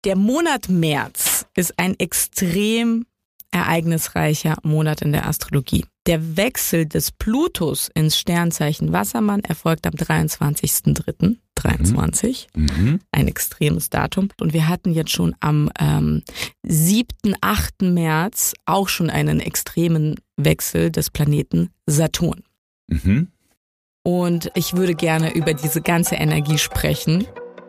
Der Monat März ist ein extrem ereignisreicher Monat in der Astrologie. Der Wechsel des Plutos ins Sternzeichen Wassermann erfolgt am 23.03.23. Ein extremes Datum. Und wir hatten jetzt schon am 7., 8. März auch schon einen extremen Wechsel des Planeten Saturn. Und ich würde gerne über diese ganze Energie sprechen.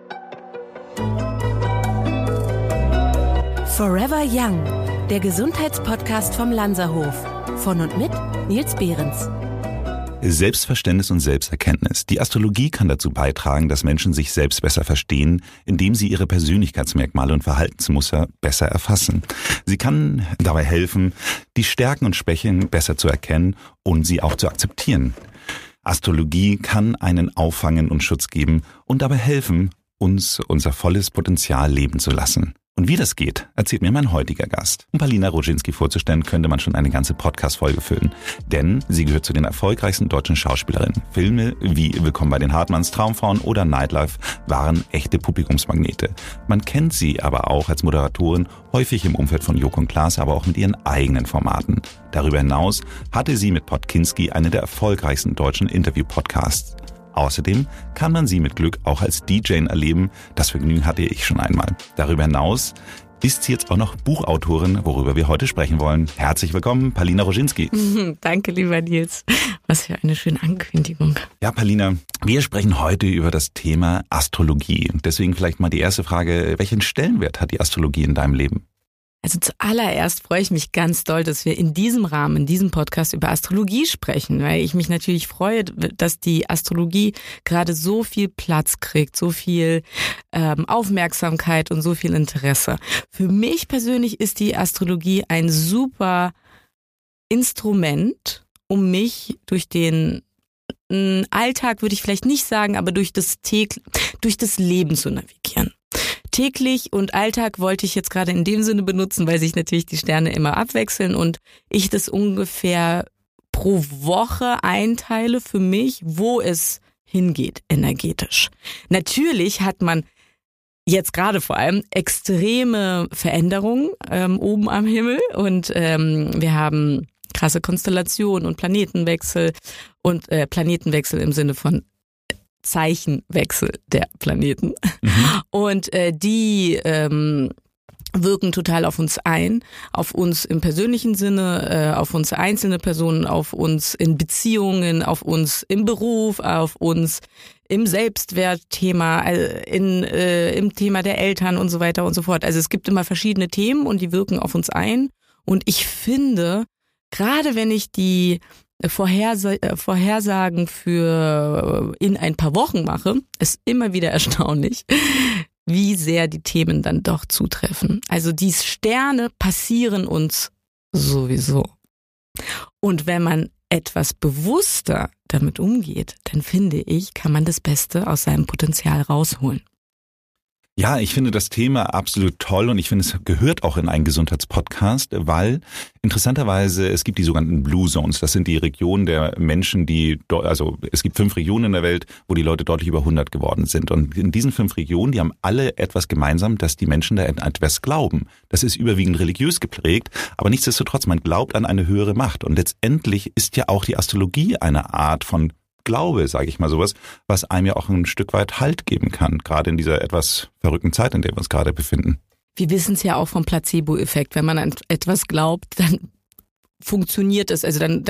Forever Young, der Gesundheitspodcast vom Lanzerhof. Von und mit Nils Behrens. Selbstverständnis und Selbsterkenntnis. Die Astrologie kann dazu beitragen, dass Menschen sich selbst besser verstehen, indem sie ihre Persönlichkeitsmerkmale und Verhaltensmuster besser erfassen. Sie kann dabei helfen, die Stärken und Schwächen besser zu erkennen und sie auch zu akzeptieren. Astrologie kann einen auffangen und Schutz geben und dabei helfen, uns unser volles Potenzial leben zu lassen. Und wie das geht, erzählt mir mein heutiger Gast. Um Palina Roginski vorzustellen, könnte man schon eine ganze Podcast-Folge füllen. Denn sie gehört zu den erfolgreichsten deutschen Schauspielerinnen. Filme wie Willkommen bei den Hartmanns, Traumfrauen oder Nightlife waren echte Publikumsmagnete. Man kennt sie aber auch als Moderatorin, häufig im Umfeld von Joko und Klaas, aber auch mit ihren eigenen Formaten. Darüber hinaus hatte sie mit Podkinski eine der erfolgreichsten deutschen Interview-Podcasts. Außerdem kann man sie mit Glück auch als DJ erleben. Das Vergnügen hatte ich schon einmal. Darüber hinaus ist sie jetzt auch noch Buchautorin, worüber wir heute sprechen wollen. Herzlich willkommen, Palina Roginski. Danke, lieber Nils. Was für eine schöne Ankündigung. Ja, Palina, wir sprechen heute über das Thema Astrologie. Deswegen vielleicht mal die erste Frage, welchen Stellenwert hat die Astrologie in deinem Leben? Also zuallererst freue ich mich ganz doll, dass wir in diesem Rahmen, in diesem Podcast über Astrologie sprechen, weil ich mich natürlich freue, dass die Astrologie gerade so viel Platz kriegt, so viel Aufmerksamkeit und so viel Interesse. Für mich persönlich ist die Astrologie ein super Instrument, um mich durch den Alltag, würde ich vielleicht nicht sagen, aber durch das Leben zu navigieren. Täglich und Alltag wollte ich jetzt gerade in dem Sinne benutzen, weil sich natürlich die Sterne immer abwechseln und ich das ungefähr pro Woche einteile für mich, wo es hingeht energetisch. Natürlich hat man jetzt gerade vor allem extreme Veränderungen oben am Himmel und wir haben krasse Konstellationen und Planetenwechsel und Planetenwechsel im Sinne von Zeichenwechsel der Planeten. Und die wirken total auf uns ein, auf uns im persönlichen Sinne, auf uns einzelne Personen, auf uns in Beziehungen, auf uns im Beruf, auf uns im Selbstwertthema, im Thema der Eltern und so weiter und so fort. Also es gibt immer verschiedene Themen und die wirken auf uns ein. Und ich finde, gerade wenn ich die Vorhersagen für in ein paar Wochen mache, ist immer wieder erstaunlich, wie sehr die Themen dann doch zutreffen. Also die Sterne passieren uns sowieso. Und wenn man etwas bewusster damit umgeht, dann finde ich, kann man das Beste aus seinem Potenzial rausholen. Ja, ich finde das Thema absolut toll und ich finde, es gehört auch in einen Gesundheitspodcast, weil interessanterweise es gibt die sogenannten Blue Zones. Das sind die Regionen der Menschen, also es gibt 5 Regionen in der Welt, wo die Leute deutlich über 100 geworden sind. Und in diesen 5 Regionen, die haben alle etwas gemeinsam, dass die Menschen da etwas glauben. Das ist überwiegend religiös geprägt, aber nichtsdestotrotz, man glaubt an eine höhere Macht. Und letztendlich ist ja auch die Astrologie eine Art von Glaube, sage ich mal sowas, was einem ja auch ein Stück weit Halt geben kann, gerade in dieser etwas verrückten Zeit, in der wir uns gerade befinden. Wir wissen es ja auch vom Placebo-Effekt. Wenn man an etwas glaubt, dann funktioniert es. Also dann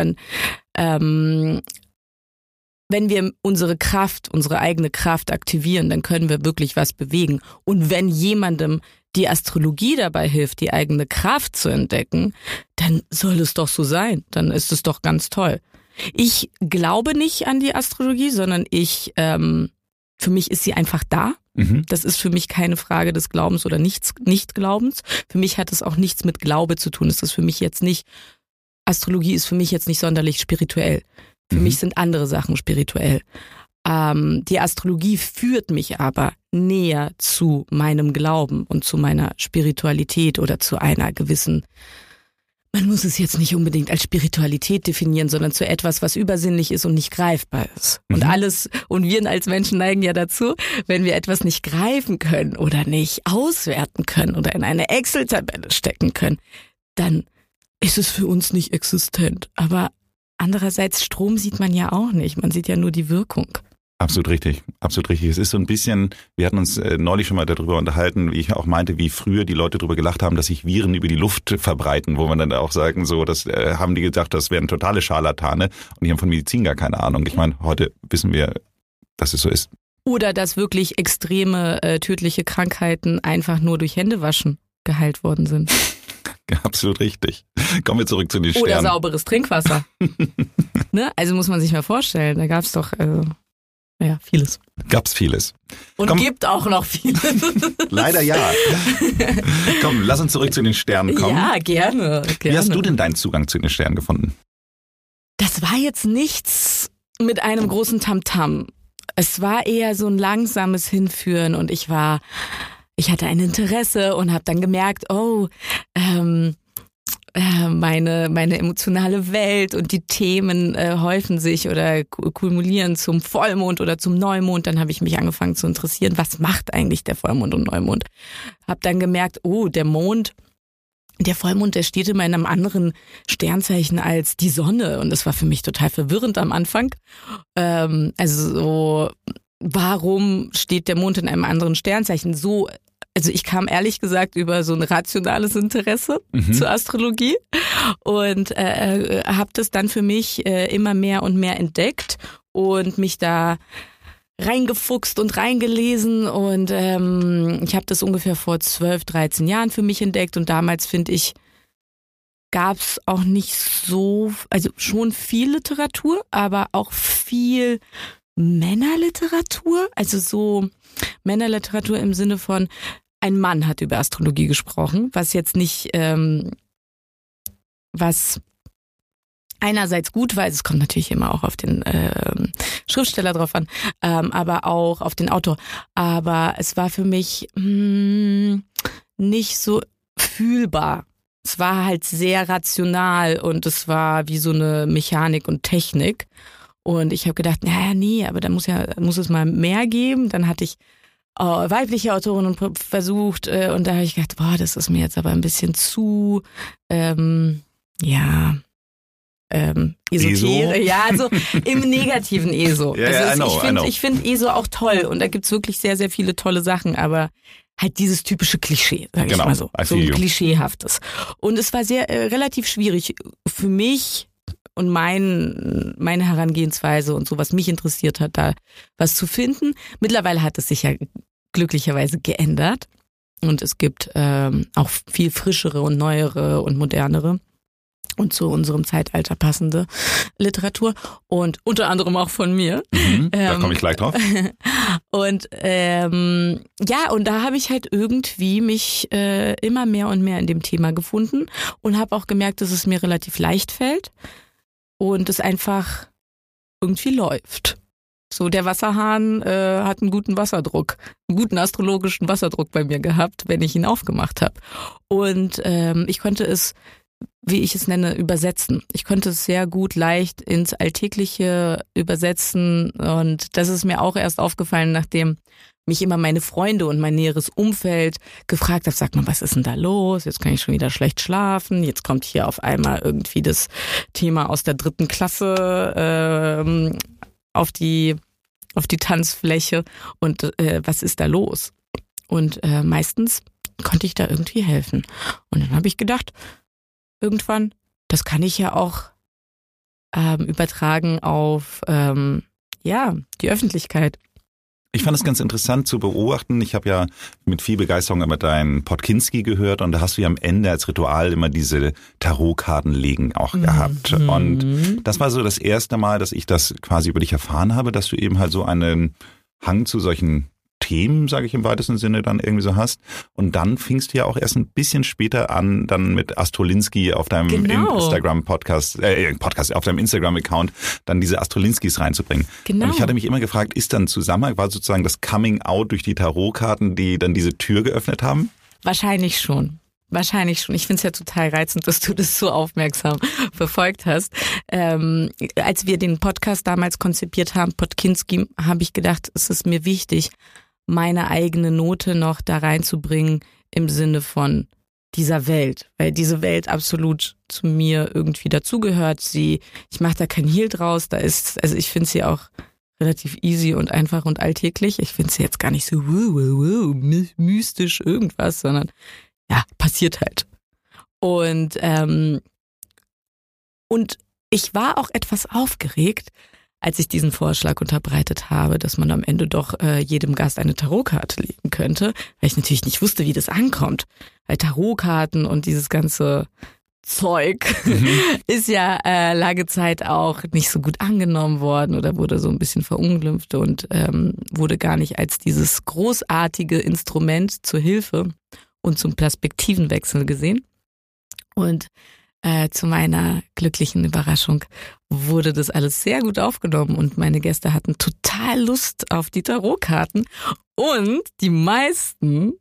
wenn wir unsere eigene Kraft aktivieren, dann können wir wirklich was bewegen. Und wenn jemandem die Astrologie dabei hilft, die eigene Kraft zu entdecken, dann soll es doch so sein. Dann ist es doch ganz toll. Ich glaube nicht an die Astrologie, sondern für mich ist sie einfach da. Das ist für mich keine Frage des Glaubens oder Nicht-Glaubens. Für mich hat es auch nichts mit Glaube zu tun. Astrologie ist für mich jetzt nicht sonderlich spirituell. Für mich sind andere Sachen spirituell. Die Astrologie führt mich aber näher zu meinem Glauben und zu meiner Spiritualität oder zu einer gewissen man muss es jetzt nicht unbedingt als Spiritualität definieren, sondern zu etwas, was übersinnlich ist und nicht greifbar ist. Und wir als Menschen neigen ja dazu, wenn wir etwas nicht greifen können oder nicht auswerten können oder in eine Excel-Tabelle stecken können, dann ist es für uns nicht existent. Aber andererseits, Strom sieht man ja auch nicht. Man sieht ja nur die Wirkung. Absolut richtig, absolut richtig. Es ist so ein bisschen, wir hatten uns neulich schon mal darüber unterhalten, wie ich auch meinte, wie früher die Leute darüber gelacht haben, dass sich Viren über die Luft verbreiten, wo man dann auch sagen, so, das haben die gedacht, das wären totale Scharlatane und die haben von Medizin gar keine Ahnung. Ich meine, heute wissen wir, dass es so ist. Oder dass wirklich extreme tödliche Krankheiten einfach nur durch Händewaschen geheilt worden sind. Absolut richtig. Kommen wir zurück zu den Sternen. Oder sauberes Trinkwasser. Ne? Also muss man sich mal vorstellen, da gab es doch vieles. Gab's vieles. Und gibt auch noch vieles. Leider ja. Komm, lass uns zurück zu den Sternen kommen. Ja, gerne. Wie hast du denn deinen Zugang zu den Sternen gefunden? Das war jetzt nichts mit einem großen Tamtam. Es war eher so ein langsames Hinführen und ich hatte ein Interesse und habe dann gemerkt, meine emotionale Welt und die Themen häufen sich oder kumulieren zum Vollmond oder zum Neumond. Dann habe ich mich angefangen zu interessieren, was macht eigentlich der Vollmond und Neumond? Habe dann gemerkt, der Vollmond, der steht immer in einem anderen Sternzeichen als die Sonne und das war für mich total verwirrend am Anfang. Warum steht der Mond in einem anderen Sternzeichen? Also ich kam ehrlich gesagt über so ein rationales Interesse zur Astrologie und habe das dann für mich immer mehr und mehr entdeckt und mich da reingefuchst und reingelesen und ich habe das ungefähr vor 12, 13 Jahren für mich entdeckt und damals, finde ich, gab es auch nicht so, also schon viel Literatur, aber auch viel Männerliteratur, also so Männerliteratur im Sinne von, ein Mann hat über Astrologie gesprochen, was jetzt nicht, was einerseits gut war, es kommt natürlich immer auch auf den Schriftsteller drauf an, aber auch auf den Autor, aber es war für mich nicht so fühlbar. Es war halt sehr rational und es war wie so eine Mechanik und Technik. Und ich habe gedacht, aber da muss es mal mehr geben. Dann hatte ich weibliche Autoren versucht und da habe ich gedacht, das ist mir jetzt aber ein bisschen zu, esoterisch. Ja, also im negativen ESO. Ich finde ESO auch toll und da gibt's wirklich sehr, sehr viele tolle Sachen, aber halt dieses typische Klischee, sag ich mal so. So ein klischeehaftes. Und es war relativ schwierig für mich, und meine Herangehensweise und so, was mich interessiert hat, da was zu finden. Mittlerweile hat es sich ja glücklicherweise geändert. Und es gibt auch viel frischere und neuere und modernere und zu unserem Zeitalter passende Literatur. Und unter anderem auch von mir. Da komme ich gleich drauf. Und und da habe ich halt irgendwie mich immer mehr und mehr in dem Thema gefunden und habe auch gemerkt, dass es mir relativ leicht fällt. Und es einfach irgendwie läuft. So, der Wasserhahn hat einen guten Wasserdruck, einen guten astrologischen Wasserdruck bei mir gehabt, wenn ich ihn aufgemacht habe. Und ich konnte es, wie ich es nenne, übersetzen. Ich konnte es sehr gut, leicht ins Alltägliche übersetzen. Und das ist mir auch erst aufgefallen, nachdem mich immer meine Freunde und mein näheres Umfeld gefragt haben, sag mal, was ist denn da los? Jetzt kann ich schon wieder schlecht schlafen. Jetzt kommt hier auf einmal irgendwie das Thema aus der 3. Klasse auf die Tanzfläche und was ist da los? Und meistens konnte ich da irgendwie helfen. Und dann habe ich gedacht, irgendwann, das kann ich ja auch übertragen auf die Öffentlichkeit. Ich fand es ganz interessant zu beobachten. Ich habe ja mit viel Begeisterung immer deinen Podkinski gehört und da hast du ja am Ende als Ritual immer diese Tarotkarten legen auch gehabt. Und das war so das erste Mal, dass ich das quasi über dich erfahren habe, dass du eben halt so einen Hang zu solchen Themen, sage ich im weitesten Sinne, dann irgendwie so hast. Und dann fingst du ja auch erst ein bisschen später an, dann mit Astrolinski auf deinem Instagram-Podcast, auf deinem Instagram-Account, dann diese Astrolinskis reinzubringen. Genau. Und ich hatte mich immer gefragt, ist dann Zusammenhang, war sozusagen das Coming Out durch die Tarotkarten, die dann diese Tür geöffnet haben? Wahrscheinlich schon. wahrscheinlich schon. Ich finde es ja total reizend, dass du das so aufmerksam verfolgt hast. Als wir den Podcast damals konzipiert haben, Podkinski, habe ich gedacht, es ist mir wichtig, meine eigene Note noch da reinzubringen im Sinne von dieser Welt, weil diese Welt absolut zu mir irgendwie dazugehört. Ich mache da kein Hehl draus, ich finde sie auch relativ easy und einfach und alltäglich. Ich finde sie jetzt gar nicht so mystisch irgendwas, sondern ja, passiert halt. Und ich war auch etwas aufgeregt, als ich diesen Vorschlag unterbreitet habe, dass man am Ende doch jedem Gast eine Tarotkarte legen könnte, weil ich natürlich nicht wusste, wie das ankommt. Weil Tarotkarten und dieses ganze Zeug ist ja lange Zeit auch nicht so gut angenommen worden oder wurde so ein bisschen verunglimpft und wurde gar nicht als dieses großartige Instrument zur Hilfe und zum Perspektivenwechsel gesehen. Und zu meiner glücklichen Überraschung wurde das alles sehr gut aufgenommen und meine Gäste hatten total Lust auf die Tarotkarten und die meisten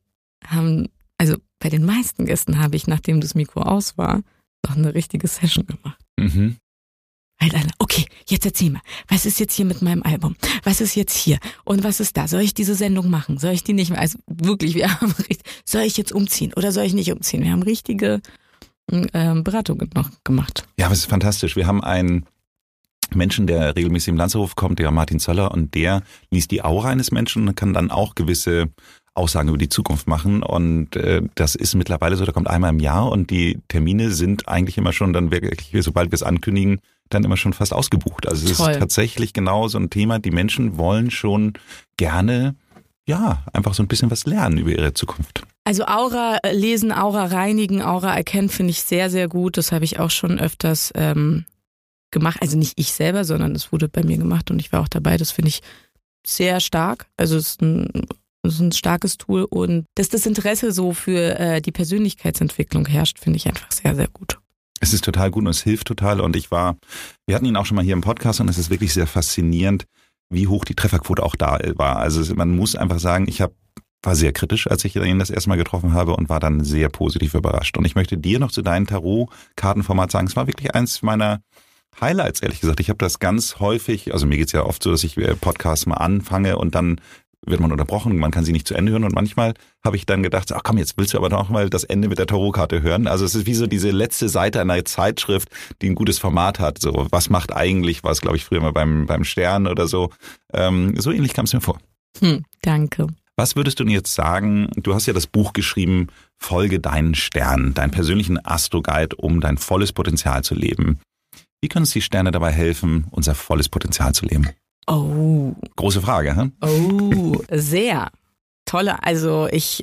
bei den meisten Gästen habe ich, nachdem das Mikro aus war, noch eine richtige Session gemacht. Mhm. Halt alle, okay, jetzt erzähl mal, was ist jetzt hier mit meinem Album? Was ist jetzt hier? Und was ist da? Soll ich diese Sendung machen? Soll ich die nicht mehr? Also wirklich, soll ich jetzt umziehen oder soll ich nicht umziehen? Wir haben richtige Beratungen noch gemacht. Ja, aber es ist fantastisch. Wir haben einen Menschen, der regelmäßig im Lanzerhof kommt, der Martin Zöller, und der liest die Aura eines Menschen und kann dann auch gewisse Aussagen über die Zukunft machen. Und das ist mittlerweile so, der kommt einmal im Jahr und die Termine sind eigentlich immer schon dann wirklich, sobald wir es ankündigen, dann immer schon fast ausgebucht. Also es ist tatsächlich genau so ein Thema. Die Menschen wollen schon gerne, ja, einfach so ein bisschen was lernen über ihre Zukunft. Also Aura lesen, Aura reinigen, Aura erkennen finde ich sehr, sehr gut. Das habe ich auch schon öfters gemacht. Also nicht ich selber, sondern es wurde bei mir gemacht und ich war auch dabei. Das finde ich sehr stark. Also es ist ein starkes Tool und dass das Interesse so für die Persönlichkeitsentwicklung herrscht, finde ich einfach sehr, sehr gut. Es ist total gut und es hilft total und wir hatten ihn auch schon mal hier im Podcast und es ist wirklich sehr faszinierend, wie hoch die Trefferquote auch da war. Also man muss einfach sagen, war sehr kritisch, als ich ihn das erste Mal getroffen habe und war dann sehr positiv überrascht. Und ich möchte dir noch zu deinem Tarot-Kartenformat sagen, es war wirklich eins meiner Highlights, ehrlich gesagt. Ich habe das ganz häufig, also mir geht's ja oft so, dass ich Podcasts mal anfange und dann wird man unterbrochen, man kann sie nicht zu Ende hören und manchmal habe ich dann gedacht, ach komm, jetzt willst du aber noch mal das Ende mit der Tarotkarte hören. Also es ist wie so diese letzte Seite einer Zeitschrift, die ein gutes Format hat. So, was macht eigentlich, was glaube ich früher mal beim Stern oder so. So ähnlich kam es mir vor. Danke. Was würdest du denn jetzt sagen, du hast ja das Buch geschrieben, Folge deinen Stern, deinen persönlichen Astro-Guide, um dein volles Potenzial zu leben. Wie können uns die Sterne dabei helfen, unser volles Potenzial zu leben? Oh. Große Frage, hä? Oh, sehr. Tolle. Also ich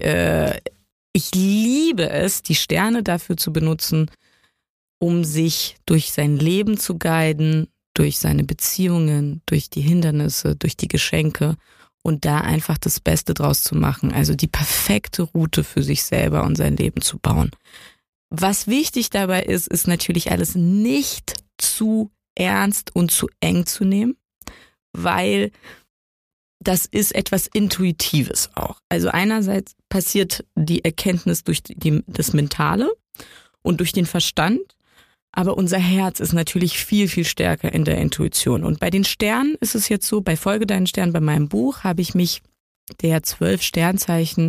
liebe es, die Sterne dafür zu benutzen, um sich durch sein Leben zu guiden, durch seine Beziehungen, durch die Hindernisse, durch die Geschenke und da einfach das Beste draus zu machen. Also die perfekte Route für sich selber und sein Leben zu bauen. Was wichtig dabei ist natürlich alles nicht zu ernst und zu eng zu nehmen, weil das ist etwas Intuitives auch. Also einerseits passiert die Erkenntnis durch das Mentale und durch den Verstand, aber unser Herz ist natürlich viel, viel stärker in der Intuition. Und bei den Sternen ist es jetzt so, bei Folge deinen Stern, bei meinem Buch, habe ich mich der 12 Sternzeichen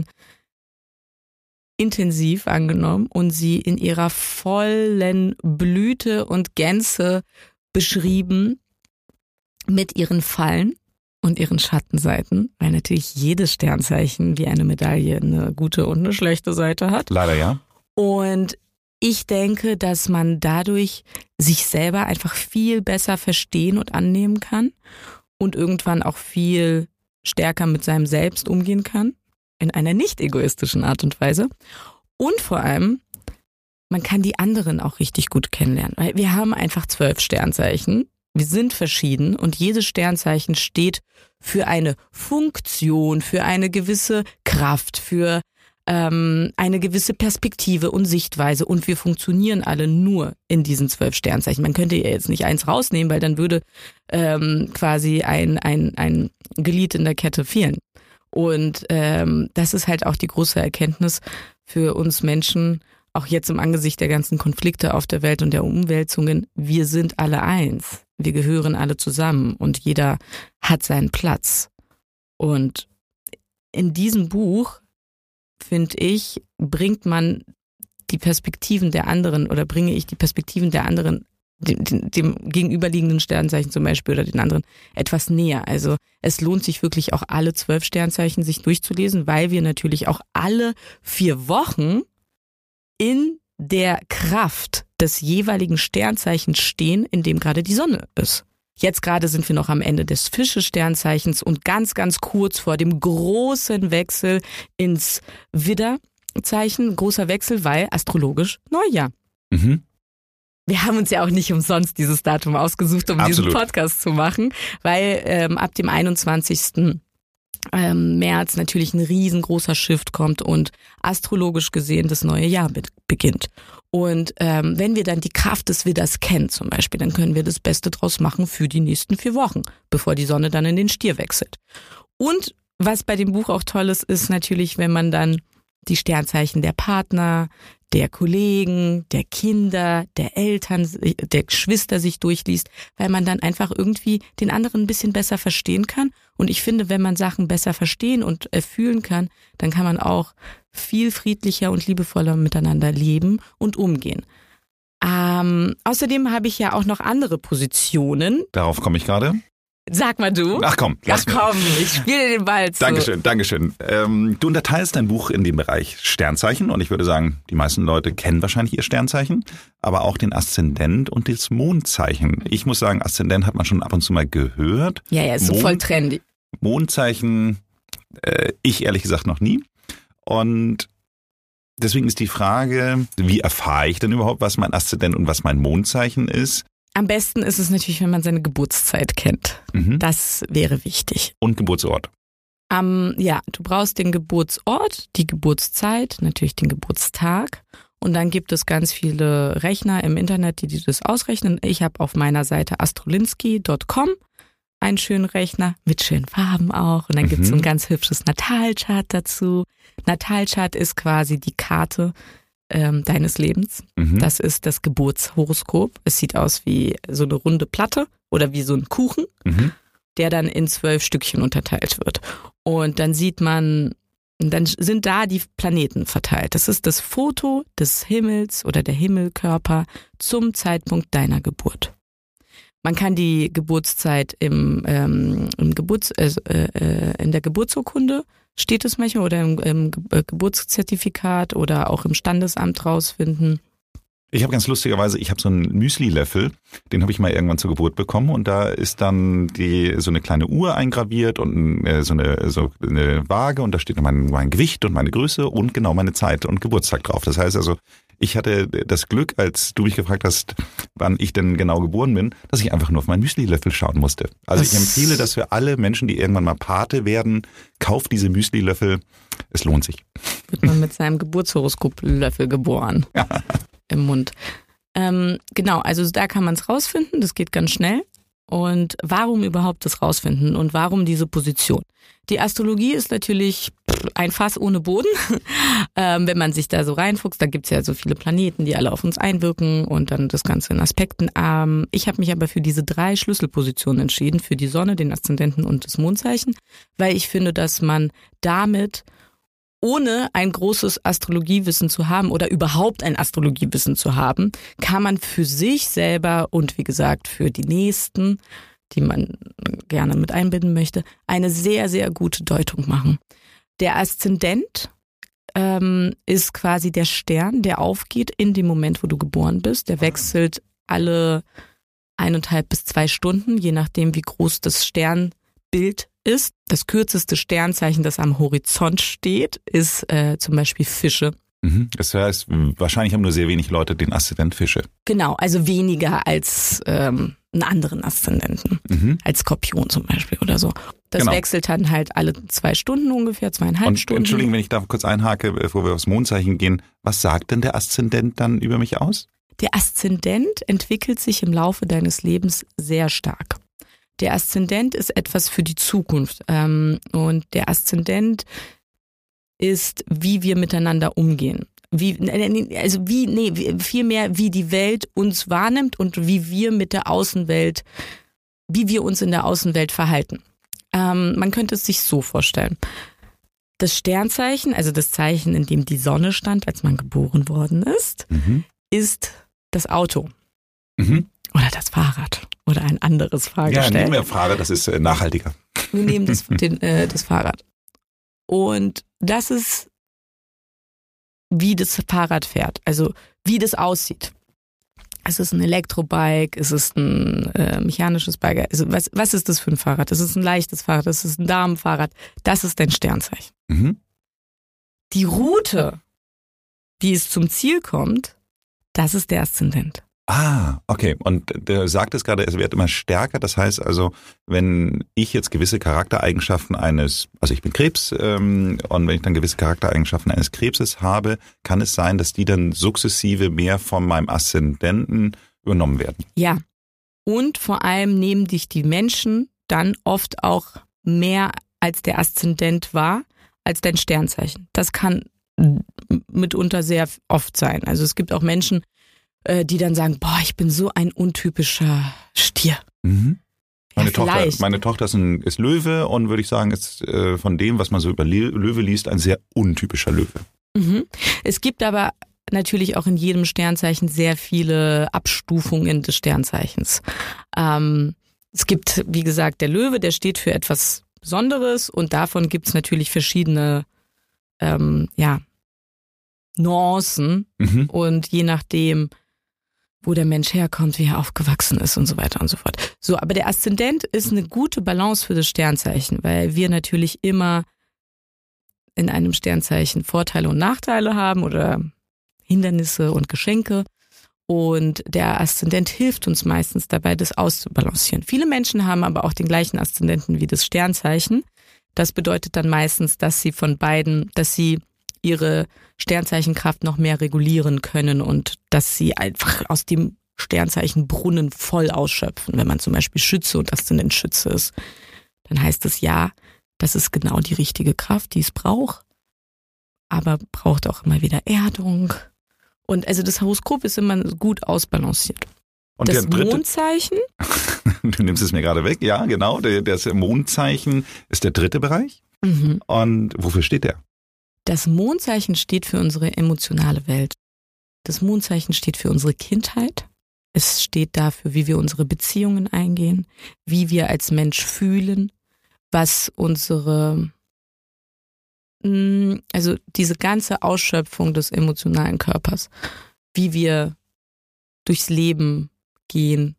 intensiv angenommen und sie in ihrer vollen Blüte und Gänze beschrieben mit ihren Fallen und ihren Schattenseiten, weil natürlich jedes Sternzeichen wie eine Medaille eine gute und eine schlechte Seite hat. Leider ja. Und ich denke, dass man dadurch sich selber einfach viel besser verstehen und annehmen kann und irgendwann auch viel stärker mit seinem Selbst umgehen kann, in einer nicht egoistischen Art und Weise. Und vor allem, man kann die anderen auch richtig gut kennenlernen, weil wir haben einfach 12 Sternzeichen. Wir sind verschieden und jedes Sternzeichen steht für eine Funktion, für eine gewisse Kraft, für eine gewisse Perspektive und Sichtweise und wir funktionieren alle nur in diesen 12 Sternzeichen. Man könnte ja jetzt nicht eins rausnehmen, weil dann würde quasi ein Glied in der Kette fehlen. Und das ist halt auch die große Erkenntnis für uns Menschen auch jetzt im Angesicht der ganzen Konflikte auf der Welt und der Umwälzungen, wir sind alle eins. Wir gehören alle zusammen und jeder hat seinen Platz. Und in diesem Buch, finde ich, bringt man die Perspektiven der anderen oder bringe ich die Perspektiven der anderen, dem gegenüberliegenden Sternzeichen zum Beispiel oder den anderen etwas näher. Also es lohnt sich wirklich auch alle 12 Sternzeichen sich durchzulesen, weil wir natürlich auch alle 4 Wochen in der Kraft des jeweiligen Sternzeichens stehen, in dem gerade die Sonne ist. Jetzt gerade sind wir noch am Ende des Fische-Sternzeichens und ganz, ganz kurz vor dem großen Wechsel ins Widder-Zeichen. Großer Wechsel, weil astrologisch Neujahr. Mhm. Wir haben uns ja auch nicht umsonst dieses Datum ausgesucht, um Absolut. diesen Podcast zu machen, weil ab dem 21. März natürlich ein riesengroßer Shift kommt und astrologisch gesehen das neue Jahr beginnt. Und wenn wir dann die Kraft des Widders kennen zum Beispiel, dann können wir das Beste draus machen für die nächsten 4 Wochen, bevor die Sonne dann in den Stier wechselt. Und was bei dem Buch auch toll ist natürlich, wenn man dann die Sternzeichen der Partner, der Kollegen, der Kinder, der Eltern, der Geschwister sich durchliest, weil man dann einfach irgendwie den anderen ein bisschen besser verstehen kann. Und ich finde, wenn man Sachen besser verstehen und fühlen kann, dann kann man auch viel friedlicher und liebevoller miteinander leben und umgehen. Außerdem habe ich ja auch noch andere Positionen. Darauf komme ich gerade. Sag mal du. Ach komm, ich spiele den Ball zu. Dankeschön. Du unterteilst dein Buch in den Bereich Sternzeichen und ich würde sagen, die meisten Leute kennen wahrscheinlich ihr Sternzeichen, aber auch den Aszendent und das Mondzeichen. Ich muss sagen, Aszendent hat man schon ab und zu mal gehört. Ja, ist so voll trendy. Mondzeichen, ich ehrlich gesagt noch nie. Und deswegen ist die Frage, wie erfahre ich denn überhaupt, was mein Aszendent und was mein Mondzeichen ist? Am besten ist es natürlich, wenn man seine Geburtszeit kennt. Mhm. Das wäre wichtig. Und Geburtsort. Ja, du brauchst den Geburtsort, die Geburtszeit, natürlich den Geburtstag. Und dann gibt es ganz viele Rechner im Internet, die das ausrechnen. Ich habe auf meiner Seite astrolinski.com einen schönen Rechner mit schönen Farben auch. Und dann gibt es so ein ganz hübsches Natalchart dazu. Natalchart ist quasi die Karte deines Lebens. Mhm. Das ist das Geburtshoroskop. Es sieht aus wie so eine runde Platte oder wie so ein Kuchen, der dann in 12 Stückchen unterteilt wird. Und dann sieht man, dann sind da die Planeten verteilt. Das ist das Foto des Himmels oder der Himmelkörper zum Zeitpunkt deiner Geburt. Man kann die Geburtszeit in der Geburtsurkunde steht es manchmal oder im Geburtszertifikat oder auch im Standesamt rausfinden. Ich habe ganz lustigerweise, ich habe so einen Müsli-Löffel, den habe ich mal irgendwann zur Geburt bekommen und da ist dann so eine kleine Uhr eingraviert und so eine Waage und da steht mein Gewicht und meine Größe und genau meine Zeit und Geburtstag drauf. Das heißt also, ich hatte das Glück, als du mich gefragt hast, wann ich denn genau geboren bin, dass ich einfach nur auf meinen Müsli-Löffel schauen musste. Also ich empfehle das für alle Menschen, die irgendwann mal Pate werden, kauft diese Müsli-Löffel, es lohnt sich. Wird man mit seinem Geburtshoroskop-Löffel geboren. Ja. Im Mund. Genau, also da kann man es rausfinden, das geht ganz schnell. Und warum überhaupt das rausfinden und warum diese Position? Die Astrologie ist natürlich ein Fass ohne Boden, wenn man sich da so reinfuchst. Da gibt's ja so viele Planeten, die alle auf uns einwirken und dann das Ganze in Aspekten. Ich habe mich aber für diese 3 Schlüsselpositionen entschieden, für die Sonne, den Aszendenten und das Mondzeichen, weil ich finde, dass man damit ohne ein großes Astrologiewissen zu haben oder überhaupt ein Astrologiewissen zu haben, kann man für sich selber und wie gesagt für die Nächsten, die man gerne mit einbinden möchte, eine sehr, sehr gute Deutung machen. Der Aszendent ist quasi der Stern, der aufgeht in dem Moment, wo du geboren bist. Der wechselt alle 1,5 bis 2 Stunden, je nachdem wie groß das Sternbild ist. Das kürzeste Sternzeichen, das am Horizont steht, ist zum Beispiel Fische. Das heißt, wahrscheinlich haben nur sehr wenig Leute den Aszendent Fische. Genau, also weniger als einen anderen Aszendenten, als Skorpion zum Beispiel oder so. Das wechselt dann halt alle 2 Stunden ungefähr, 2,5 Stunden. Entschuldigung, wenn ich da kurz einhake, bevor wir aufs Mondzeichen gehen. Was sagt denn der Aszendent dann über mich aus? Der Aszendent entwickelt sich im Laufe deines Lebens sehr stark. Der Aszendent ist etwas für die Zukunft und der Aszendent ist, wie wir miteinander umgehen. vielmehr wie die Welt uns wahrnimmt und wie wir mit der Außenwelt, wie wir uns in der Außenwelt verhalten. Man könnte es sich so vorstellen. Das Sternzeichen, also das Zeichen, in dem die Sonne stand, als man geboren worden ist, ist das Auto. Oder das Fahrrad. Oder ein anderes Fahrgestell. Ja, nehmen wir Fahrrad, das ist nachhaltiger. Wir nehmen das Fahrrad. Und das ist, wie das Fahrrad fährt. Also wie das aussieht. Ist es ein Elektrobike? Ist es ein mechanisches Bike? Also was ist das für ein Fahrrad? Ist es ein leichtes Fahrrad? Ist es ein Damenfahrrad? Das ist dein Sternzeichen. Die Route, die es zum Ziel kommt, das ist der Aszendent. Ah, okay. Und du sagtest gerade, es wird immer stärker. Das heißt also, wenn ich jetzt gewisse Charaktereigenschaften also ich bin Krebs, und wenn ich dann gewisse Charaktereigenschaften eines Krebses habe, kann es sein, dass die dann sukzessive mehr von meinem Aszendenten übernommen werden. Ja. Und vor allem nehmen dich die Menschen dann oft auch mehr als der Aszendent wahr, als dein Sternzeichen. Das kann mitunter sehr oft sein. Also es gibt auch Menschen, die dann sagen, boah, ich bin so ein untypischer Stier. Meine Tochter ist Löwe und würde ich sagen, ist von dem, was man so über Löwe liest, ein sehr untypischer Löwe. Es gibt aber natürlich auch in jedem Sternzeichen sehr viele Abstufungen des Sternzeichens. Es gibt, wie gesagt, der Löwe, der steht für etwas Besonderes und davon gibt es natürlich verschiedene Nuancen und je nachdem, wo der Mensch herkommt, wie er aufgewachsen ist und so weiter und so fort. So, aber der Aszendent ist eine gute Balance für das Sternzeichen, weil wir natürlich immer in einem Sternzeichen Vorteile und Nachteile haben oder Hindernisse und Geschenke. Und der Aszendent hilft uns meistens dabei, das auszubalancieren. Viele Menschen haben aber auch den gleichen Aszendenten wie das Sternzeichen. Das bedeutet dann meistens, dass sie ihre Sternzeichenkraft noch mehr regulieren können und dass sie einfach aus dem Sternzeichenbrunnen voll ausschöpfen. Wenn man zum Beispiel Schütze und Aszendent Schütze ist, dann heißt es ja, das ist genau die richtige Kraft, die es braucht, aber braucht auch immer wieder Erdung. Und also das Horoskop ist immer gut ausbalanciert. Und das Mondzeichen? Du nimmst es mir gerade weg, ja genau, das Mondzeichen ist der dritte Bereich. Und wofür steht der? Das Mondzeichen steht für unsere emotionale Welt. Das Mondzeichen steht für unsere Kindheit. Es steht dafür, wie wir unsere Beziehungen eingehen, wie wir als Mensch fühlen, was also diese ganze Ausschöpfung des emotionalen Körpers, wie wir durchs Leben gehen,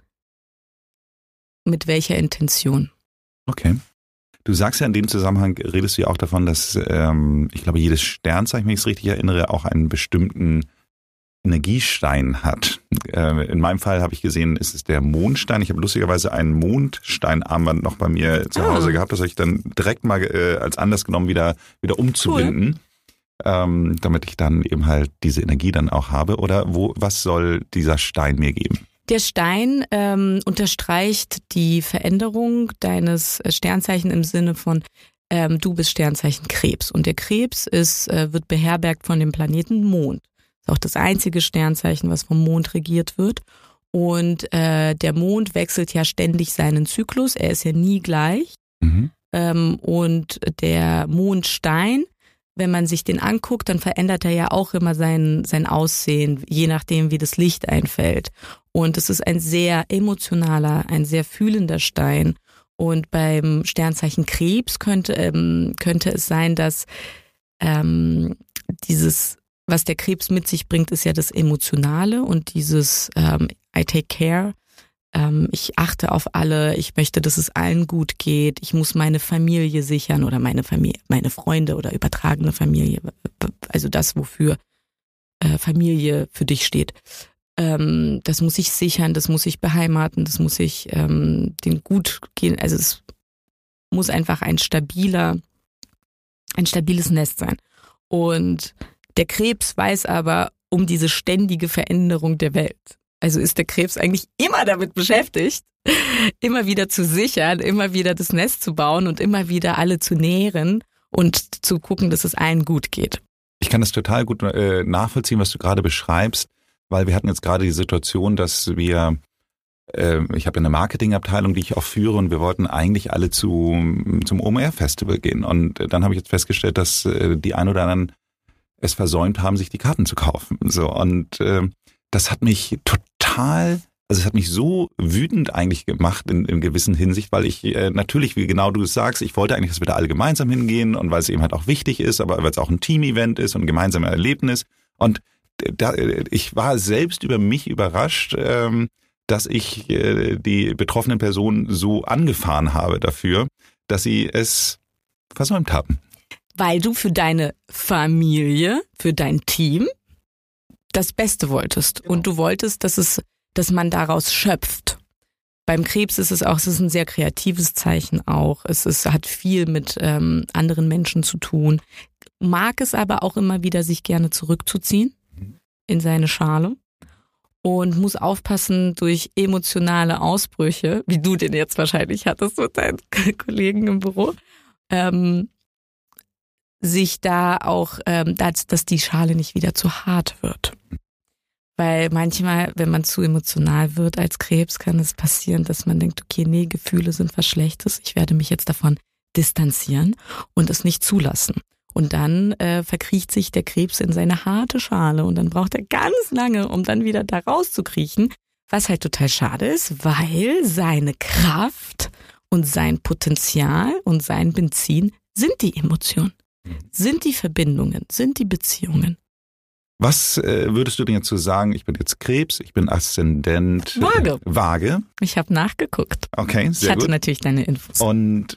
mit welcher Intention. Okay. Du sagst ja in dem Zusammenhang, redest du ja auch davon, dass ich glaube, jedes Sternzeichen, wenn ich es richtig erinnere, auch einen bestimmten Energiestein hat. In meinem Fall habe ich gesehen, ist es der Mondstein. Ich habe lustigerweise ein Mondsteinarmband noch bei mir zu Hause gehabt. Das habe ich dann direkt mal als Anlass genommen, wieder umzubinden, damit ich dann eben halt diese Energie dann auch habe. Oder was soll dieser Stein mir geben? Der Stein unterstreicht die Veränderung deines Sternzeichen im Sinne von du bist Sternzeichen Krebs. Und der Krebs wird beherbergt von dem Planeten Mond. Ist auch das einzige Sternzeichen, was vom Mond regiert wird. Und der Mond wechselt ja ständig seinen Zyklus. Er ist ja nie gleich. Und der Mondstein, wenn man sich den anguckt, dann verändert er ja auch immer sein Aussehen, je nachdem, wie das Licht einfällt. Und es ist ein sehr emotionaler, ein sehr fühlender Stein. Und beim Sternzeichen Krebs könnte es sein, dass dieses, was der Krebs mit sich bringt, ist ja das Emotionale und dieses I take care. Ich achte auf alle, ich möchte, dass es allen gut geht, ich muss meine Familie sichern oder meine Freunde oder übertragene Familie, also das, wofür Familie für dich steht. Das muss ich sichern, das muss ich beheimaten, das muss ich den gut gehen, also es muss einfach ein stabiles Nest sein. Und der Krebs weiß aber um diese ständige Veränderung der Welt. Also ist der Krebs eigentlich immer damit beschäftigt, immer wieder zu sichern, immer wieder das Nest zu bauen und immer wieder alle zu nähren und zu gucken, dass es allen gut geht. Ich kann das total gut nachvollziehen, was du gerade beschreibst, weil wir hatten jetzt gerade die Situation, dass ich habe eine Marketingabteilung, die ich auch führe, und wir wollten eigentlich alle zum OMR-Festival gehen. Und dann habe ich jetzt festgestellt, dass die ein oder anderen es versäumt haben, sich die Karten zu kaufen. So, und das hat mich es hat mich so wütend eigentlich gemacht in gewissen Hinsicht, weil ich natürlich, wie genau du es sagst, ich wollte eigentlich, dass wir da alle gemeinsam hingehen, und weil es eben halt auch wichtig ist, aber weil es auch ein Team-Event ist und ein gemeinsames Erlebnis. Und ich war selbst über mich überrascht, dass ich die betroffenen Personen so angefahren habe dafür, dass sie es versäumt haben. Weil du für deine Familie, für dein Team das Beste wolltest. Genau. Und du wolltest, dass man daraus schöpft. Beim Krebs ist es ist ein sehr kreatives Zeichen auch. Es hat viel mit anderen Menschen zu tun. Mag es aber auch immer wieder, sich gerne zurückzuziehen in seine Schale. Und muss aufpassen durch emotionale Ausbrüche, wie du den jetzt wahrscheinlich hattest mit deinen Kollegen im Büro, sich da auch, dass die Schale nicht wieder zu hart wird. Weil manchmal, wenn man zu emotional wird als Krebs, kann es passieren, dass man denkt, okay, nee, Gefühle sind was Schlechtes, ich werde mich jetzt davon distanzieren und es nicht zulassen. Und dann verkriecht sich der Krebs in seine harte Schale und dann braucht er ganz lange, um dann wieder da rauszukriechen, was halt total schade ist, weil seine Kraft und sein Potenzial und sein Benzin sind die Emotionen, sind die Verbindungen, sind die Beziehungen. Was würdest du denn jetzt so sagen? Ich bin jetzt Krebs, ich bin Aszendent Waage. Ich habe nachgeguckt. Okay, sehr gut. Ich hatte natürlich deine Infos. Und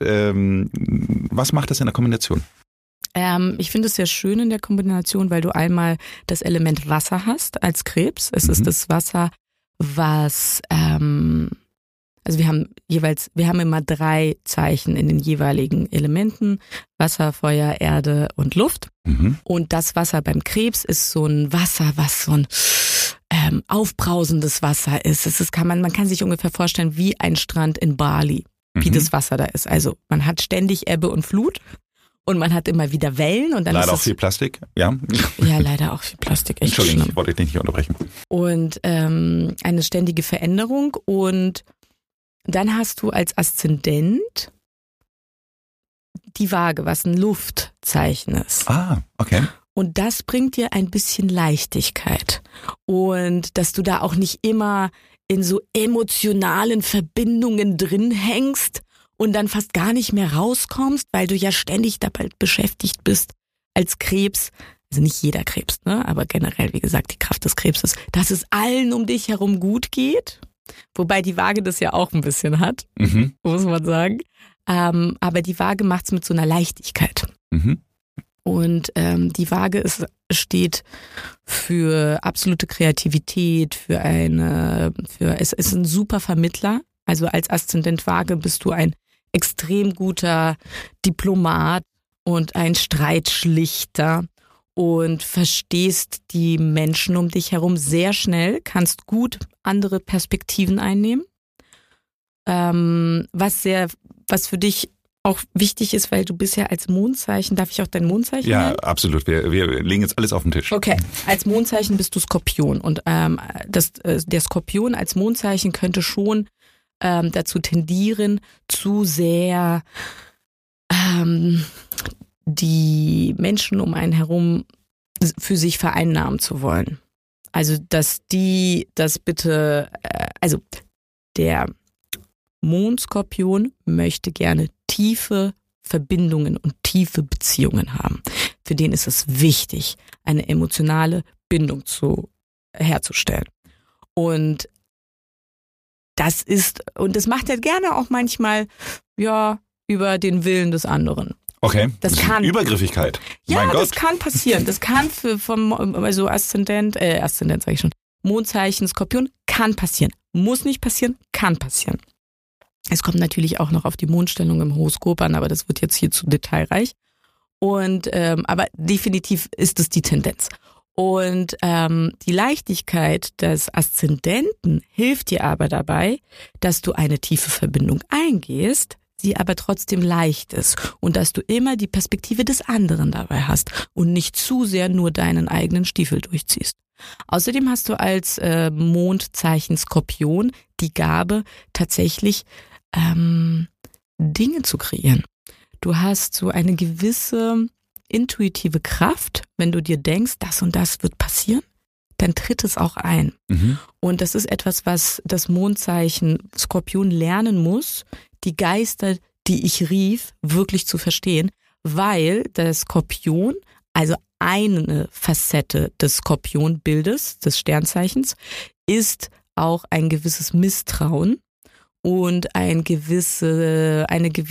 was macht das in der Kombination? Ich finde es sehr schön in der Kombination, weil du einmal das Element Wasser hast als Krebs. Es ist das Wasser, was, also wir haben immer 3 Zeichen in den jeweiligen Elementen: Wasser, Feuer, Erde und Luft. Und das Wasser beim Krebs ist so ein Wasser, was so ein aufbrausendes Wasser ist. Man kann sich ungefähr vorstellen wie ein Strand in Bali, wie das Wasser da ist. Also man hat ständig Ebbe und Flut. Und man hat immer wieder Wellen. Und dann leider auch viel Plastik, ja. Ja, leider auch viel Plastik. Echt Entschuldigung, ich wollte dich nicht unterbrechen. Und eine ständige Veränderung. Und dann hast du als Aszendent die Waage, was ein Luftzeichen ist. Ah, okay. Und das bringt dir ein bisschen Leichtigkeit. Und dass du da auch nicht immer in so emotionalen Verbindungen drin hängst und dann fast gar nicht mehr rauskommst, weil du ja ständig dabei beschäftigt bist als Krebs, also nicht jeder Krebs, ne, aber generell, wie gesagt, die Kraft des Krebses, dass es allen um dich herum gut geht, wobei die Waage das ja auch ein bisschen hat, muss man sagen, aber die Waage macht's mit so einer Leichtigkeit. Und die Waage steht für absolute Kreativität, es ist ein super Vermittler. Also als Aszendent Waage bist du ein extrem guter Diplomat und ein Streitschlichter und verstehst die Menschen um dich herum sehr schnell, kannst gut andere Perspektiven einnehmen. Was für dich auch wichtig ist, weil du bist ja als Mondzeichen, darf ich auch dein Mondzeichen nennen? Ja, absolut. Wir legen jetzt alles auf den Tisch. Okay, als Mondzeichen bist du Skorpion und der Skorpion als Mondzeichen könnte schon dazu tendieren, zu sehr die Menschen um einen herum für sich vereinnahmen zu wollen. Also, dass der Mondskorpion möchte gerne tiefe Verbindungen und tiefe Beziehungen haben. Für den ist es wichtig, eine emotionale Bindung herzustellen. Und das macht er gerne auch manchmal, ja, über den Willen des anderen. Okay, das kann Übergriffigkeit. Ja, mein Gott. Das kann passieren. Das kann also Aszendent sag ich schon, Mondzeichen, Skorpion, kann passieren. Muss nicht passieren, kann passieren. Es kommt natürlich auch noch auf die Mondstellung im Horoskop an, aber das wird jetzt hier zu detailreich. Aber definitiv ist es die Tendenz. Und die Leichtigkeit des Aszendenten hilft dir aber dabei, dass du eine tiefe Verbindung eingehst, die aber trotzdem leicht ist und dass du immer die Perspektive des anderen dabei hast und nicht zu sehr nur deinen eigenen Stiefel durchziehst. Außerdem hast du als Mondzeichen Skorpion die Gabe, tatsächlich Dinge zu kreieren. Du hast so eine gewisse intuitive Kraft, wenn du dir denkst, das und das wird passieren, dann tritt es auch ein. Mhm. Und das ist etwas, was das Mondzeichen Skorpion lernen muss, die Geister, die ich rief, wirklich zu verstehen, weil der Skorpion, also eine Facette des Skorpionbildes, des Sternzeichens, ist auch ein gewisses Misstrauen und ein gewisser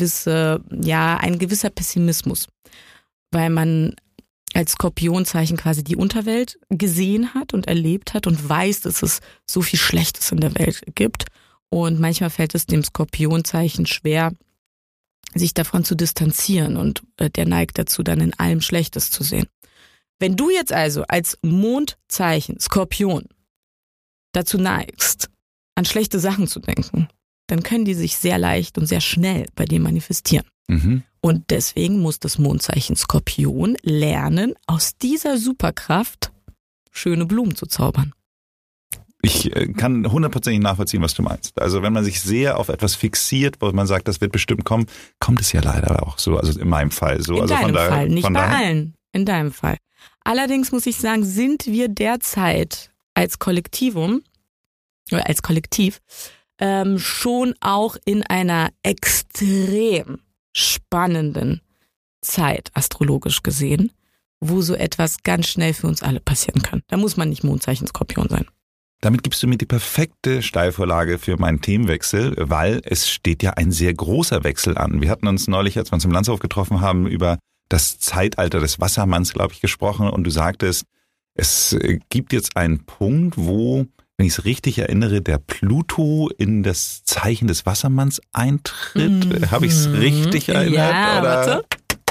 Pessimismus, weil man als Skorpionzeichen quasi die Unterwelt gesehen hat und erlebt hat und weiß, dass es so viel Schlechtes in der Welt gibt. Und manchmal fällt es dem Skorpionzeichen schwer, sich davon zu distanzieren und der neigt dazu, dann in allem Schlechtes zu sehen. Wenn du jetzt also als Mondzeichen Skorpion dazu neigst, an schlechte Sachen zu denken, dann können die sich sehr leicht und sehr schnell bei dir manifestieren. Mhm. Und deswegen muss das Mondzeichen Skorpion lernen, aus dieser Superkraft schöne Blumen zu zaubern. Ich kann 100% nachvollziehen, was du meinst. Also wenn man sich sehr auf etwas fixiert, wo man sagt, das wird bestimmt kommen, kommt es ja leider auch so. Also in meinem Fall so. In also deinem Fall, nicht bei allen. In deinem Fall. Allerdings muss ich sagen, sind wir derzeit als Kollektivum oder als Kollektiv schon auch in einer extrem spannenden Zeit, astrologisch gesehen, wo so etwas ganz schnell für uns alle passieren kann. Da muss man nicht Mondzeichen Skorpion sein. Damit gibst du mir die perfekte Steilvorlage für meinen Themenwechsel, weil es steht ja ein sehr großer Wechsel an. Wir hatten uns neulich, als wir uns im Landshof getroffen haben, über das Zeitalter des Wassermanns, glaube ich, gesprochen und du sagtest, es gibt jetzt einen Punkt, wo, wenn ich es richtig erinnere, der Pluto in das Zeichen des Wassermanns eintritt. Mhm. Habe ich es richtig erinnert? Ja, oder? Warte.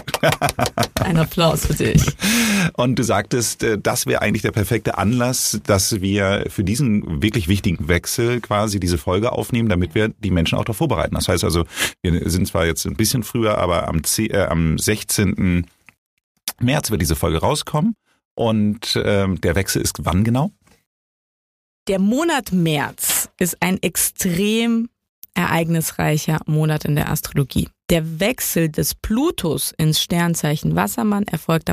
Ein Applaus für dich. Und du sagtest, das wäre eigentlich der perfekte Anlass, dass wir für diesen wirklich wichtigen Wechsel quasi diese Folge aufnehmen, damit wir die Menschen auch darauf vorbereiten. Das heißt also, wir sind zwar jetzt ein bisschen früher, aber am 16. März wird diese Folge rauskommen. Und der Wechsel ist wann genau? Der Monat März ist ein extrem ereignisreicher Monat in der Astrologie. Der Wechsel des Plutos ins Sternzeichen Wassermann erfolgt am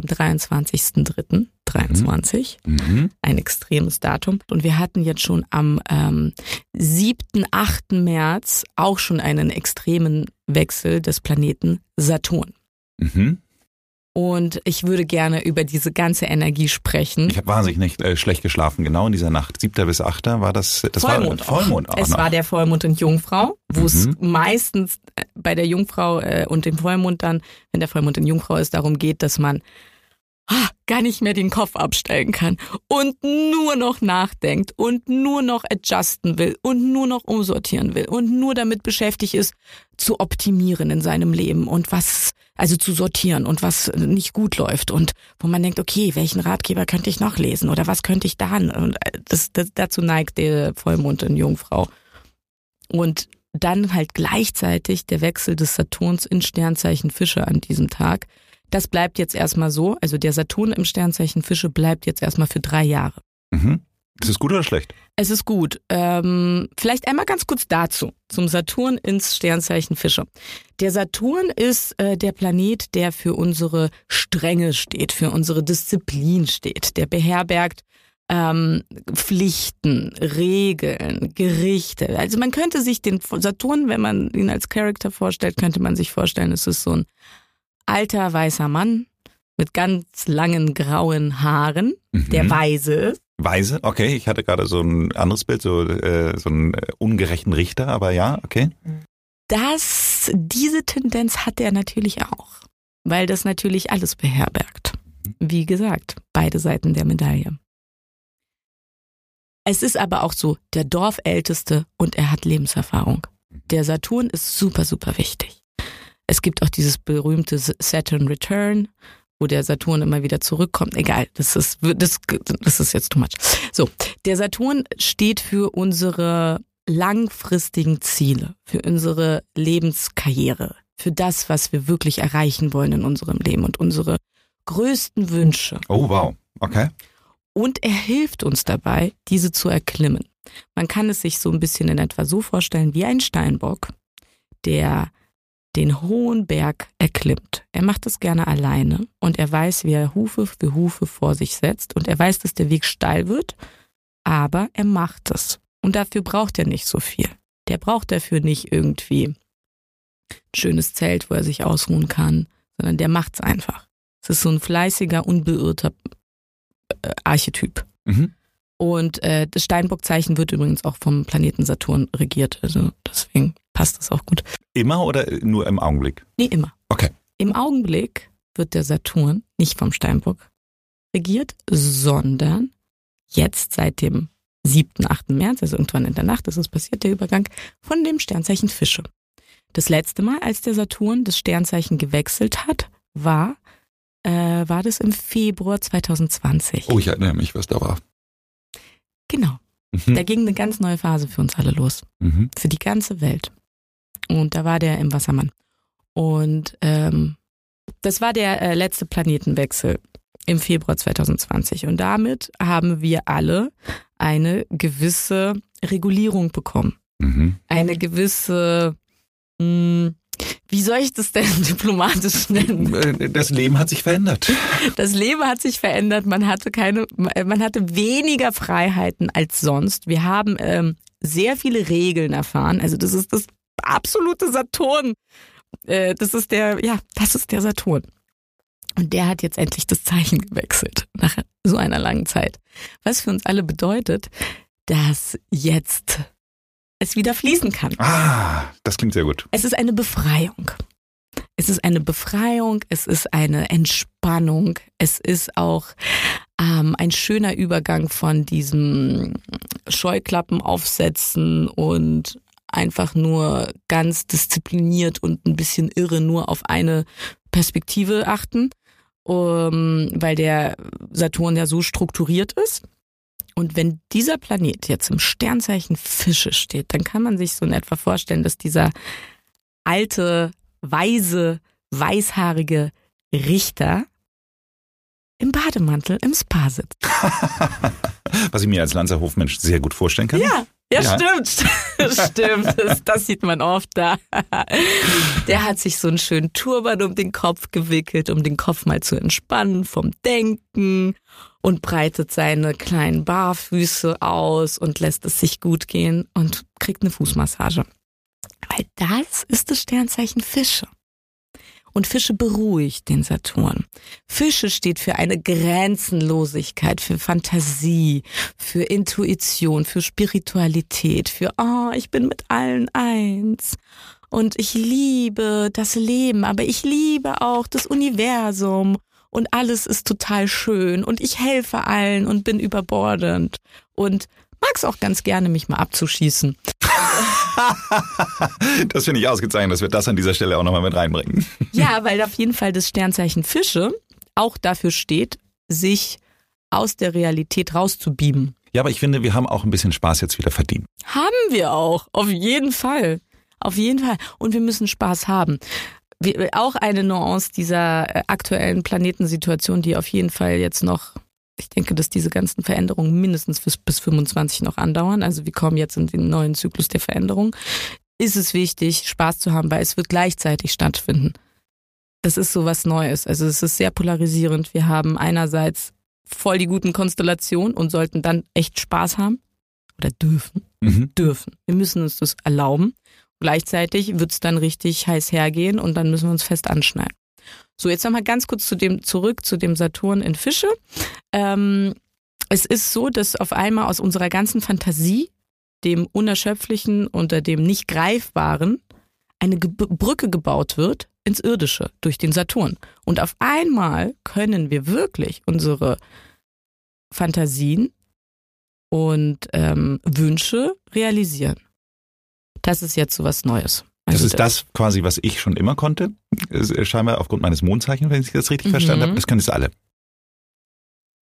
23.03.23. Mhm. Ein extremes Datum. Und wir hatten jetzt schon am 7., 8. März auch schon einen extremen Wechsel des Planeten Saturn. Mhm. Und ich würde gerne über diese ganze Energie sprechen. Ich habe wahnsinnig schlecht geschlafen, genau in dieser Nacht. 7. bis 8. war das Vollmond. Vollmond auch. Es war der Vollmond in Jungfrau, wo es meistens bei der Jungfrau und dem Vollmond dann, wenn der Vollmond in Jungfrau ist, darum geht, dass man gar nicht mehr den Kopf abstellen kann und nur noch nachdenkt und nur noch adjusten will und nur noch umsortieren will und nur damit beschäftigt ist, zu optimieren in seinem Leben und also zu sortieren und was nicht gut läuft und wo man denkt, okay, welchen Ratgeber könnte ich noch lesen oder was könnte ich da? Und dazu neigt der Vollmond in Jungfrau. Und dann halt gleichzeitig der Wechsel des Saturns in Sternzeichen Fische an diesem Tag. Das bleibt jetzt erstmal so, also der Saturn im Sternzeichen Fische bleibt jetzt erstmal für 3 Jahre. Mhm. Ist es gut oder schlecht? Es ist gut. Vielleicht einmal ganz kurz dazu, zum Saturn ins Sternzeichen Fische. Der Saturn ist der Planet, der für unsere Strenge steht, für unsere Disziplin steht. Der beherbergt Pflichten, Regeln, Gerichte. Also man könnte sich den Saturn, wenn man ihn als Charakter vorstellt, könnte man sich vorstellen, es ist so ein alter weißer Mann mit ganz langen grauen Haaren, der weise ist. Weise? Okay, ich hatte gerade so ein anderes Bild, so einen ungerechten Richter, aber ja, okay. Diese Tendenz hat er natürlich auch, weil das natürlich alles beherbergt. Wie gesagt, beide Seiten der Medaille. Es ist aber auch so, der Dorfälteste und er hat Lebenserfahrung. Der Saturn ist super, super wichtig. Es gibt auch dieses berühmte Saturn Return, wo der Saturn immer wieder zurückkommt. Egal, das ist jetzt too much. So, der Saturn steht für unsere langfristigen Ziele, für unsere Lebenskarriere, für das, was wir wirklich erreichen wollen in unserem Leben und unsere größten Wünsche. Oh, wow. Okay. Und er hilft uns dabei, diese zu erklimmen. Man kann es sich so ein bisschen in etwa so vorstellen wie ein Steinbock, der den hohen Berg erklimmt. Er macht das gerne alleine und er weiß, wie er Hufe für Hufe vor sich setzt und er weiß, dass der Weg steil wird, aber er macht es. Und dafür braucht er nicht so viel. Der braucht dafür nicht irgendwie ein schönes Zelt, wo er sich ausruhen kann, sondern der macht es einfach. Es ist so ein fleißiger, unbeirrter Archetyp. Mhm. Und das Steinbock-Zeichen wird übrigens auch vom Planeten Saturn regiert. Also deswegen passt das auch gut. Immer oder nur im Augenblick? Nee, immer. Okay. Im Augenblick wird der Saturn nicht vom Steinbock regiert, sondern jetzt seit dem 7., 8. März, also irgendwann in der Nacht ist es passiert, der Übergang von dem Sternzeichen Fische. Das letzte Mal, als der Saturn das Sternzeichen gewechselt hat, war das im Februar 2020. Oh, ich erinnere mich, was da war. Genau. Da ging eine ganz neue Phase für uns alle los. Mhm. Für die ganze Welt. Und da war der im Wassermann. Und das war der letzte Planetenwechsel im Februar 2020. Und damit haben wir alle eine gewisse Regulierung bekommen. Mhm. Eine gewisse, wie soll ich das denn diplomatisch nennen? Das Leben hat sich verändert. Das Leben hat sich verändert. Man hatte weniger Freiheiten als sonst. Wir haben sehr viele Regeln erfahren. Also das ist das absolute Saturn. Das ist der Saturn. Und der hat jetzt endlich das Zeichen gewechselt nach so einer langen Zeit. Was für uns alle bedeutet, dass jetzt es wieder fließen kann. Ah, das klingt sehr gut. Es ist eine Befreiung. Es ist eine Befreiung, es ist eine Entspannung, es ist auch ein schöner Übergang von diesem Scheuklappen aufsetzen und einfach nur ganz diszipliniert und ein bisschen irre nur auf eine Perspektive achten, weil der Saturn ja so strukturiert ist. Und wenn dieser Planet jetzt im Sternzeichen Fische steht, dann kann man sich so in etwa vorstellen, dass dieser alte, weise, weißhaarige Richter im Bademantel im Spa sitzt. Was ich mir als Lanzerhofmensch sehr gut vorstellen kann. Ja, stimmt. Stimmt, das sieht man oft da. Der hat sich so einen schönen Turban um den Kopf gewickelt, um den Kopf mal zu entspannen vom Denken und breitet seine kleinen Barfüße aus und lässt es sich gut gehen und kriegt eine Fußmassage. Weil das ist das Sternzeichen Fische. Und Fische beruhigt den Saturn. Fische steht für eine Grenzenlosigkeit, für Fantasie, für Intuition, für Spiritualität, für ich bin mit allen eins. Und ich liebe das Leben, aber ich liebe auch das Universum. Und alles ist total schön. Und ich helfe allen und bin überbordend. Und mag es auch ganz gerne, mich mal abzuschießen. Das finde ich ausgezeichnet, dass wir das an dieser Stelle auch nochmal mit reinbringen. Ja, weil auf jeden Fall das Sternzeichen Fische auch dafür steht, sich aus der Realität rauszubeamen. Ja, aber ich finde, wir haben auch ein bisschen Spaß jetzt wieder verdient. Haben wir auch, auf jeden Fall. Auf jeden Fall. Und wir müssen Spaß haben. Auch eine Nuance dieser aktuellen Planetensituation, die auf jeden Fall jetzt noch, ich denke, dass diese ganzen Veränderungen mindestens bis 25 noch andauern. Also wir kommen jetzt in den neuen Zyklus der Veränderung. Ist es wichtig, Spaß zu haben, weil es wird gleichzeitig stattfinden. Das ist so was Neues. Also es ist sehr polarisierend. Wir haben einerseits voll die guten Konstellationen und sollten dann echt Spaß haben. Oder dürfen. Dürfen. Wir müssen uns das erlauben. Gleichzeitig wird es dann richtig heiß hergehen und dann müssen wir uns fest anschneiden. So, jetzt nochmal ganz kurz zurück zu dem Saturn in Fische. Es ist so, dass auf einmal aus unserer ganzen Fantasie, dem Unerschöpflichen und dem nicht Greifbaren, eine Brücke gebaut wird ins Irdische durch den Saturn. Und auf einmal können wir wirklich unsere Fantasien und Wünsche realisieren. Das ist jetzt so was Neues. Das ist das quasi, was ich schon immer konnte. Scheinbar aufgrund meines Mondzeichens, wenn ich das richtig verstanden habe. Das können es alle.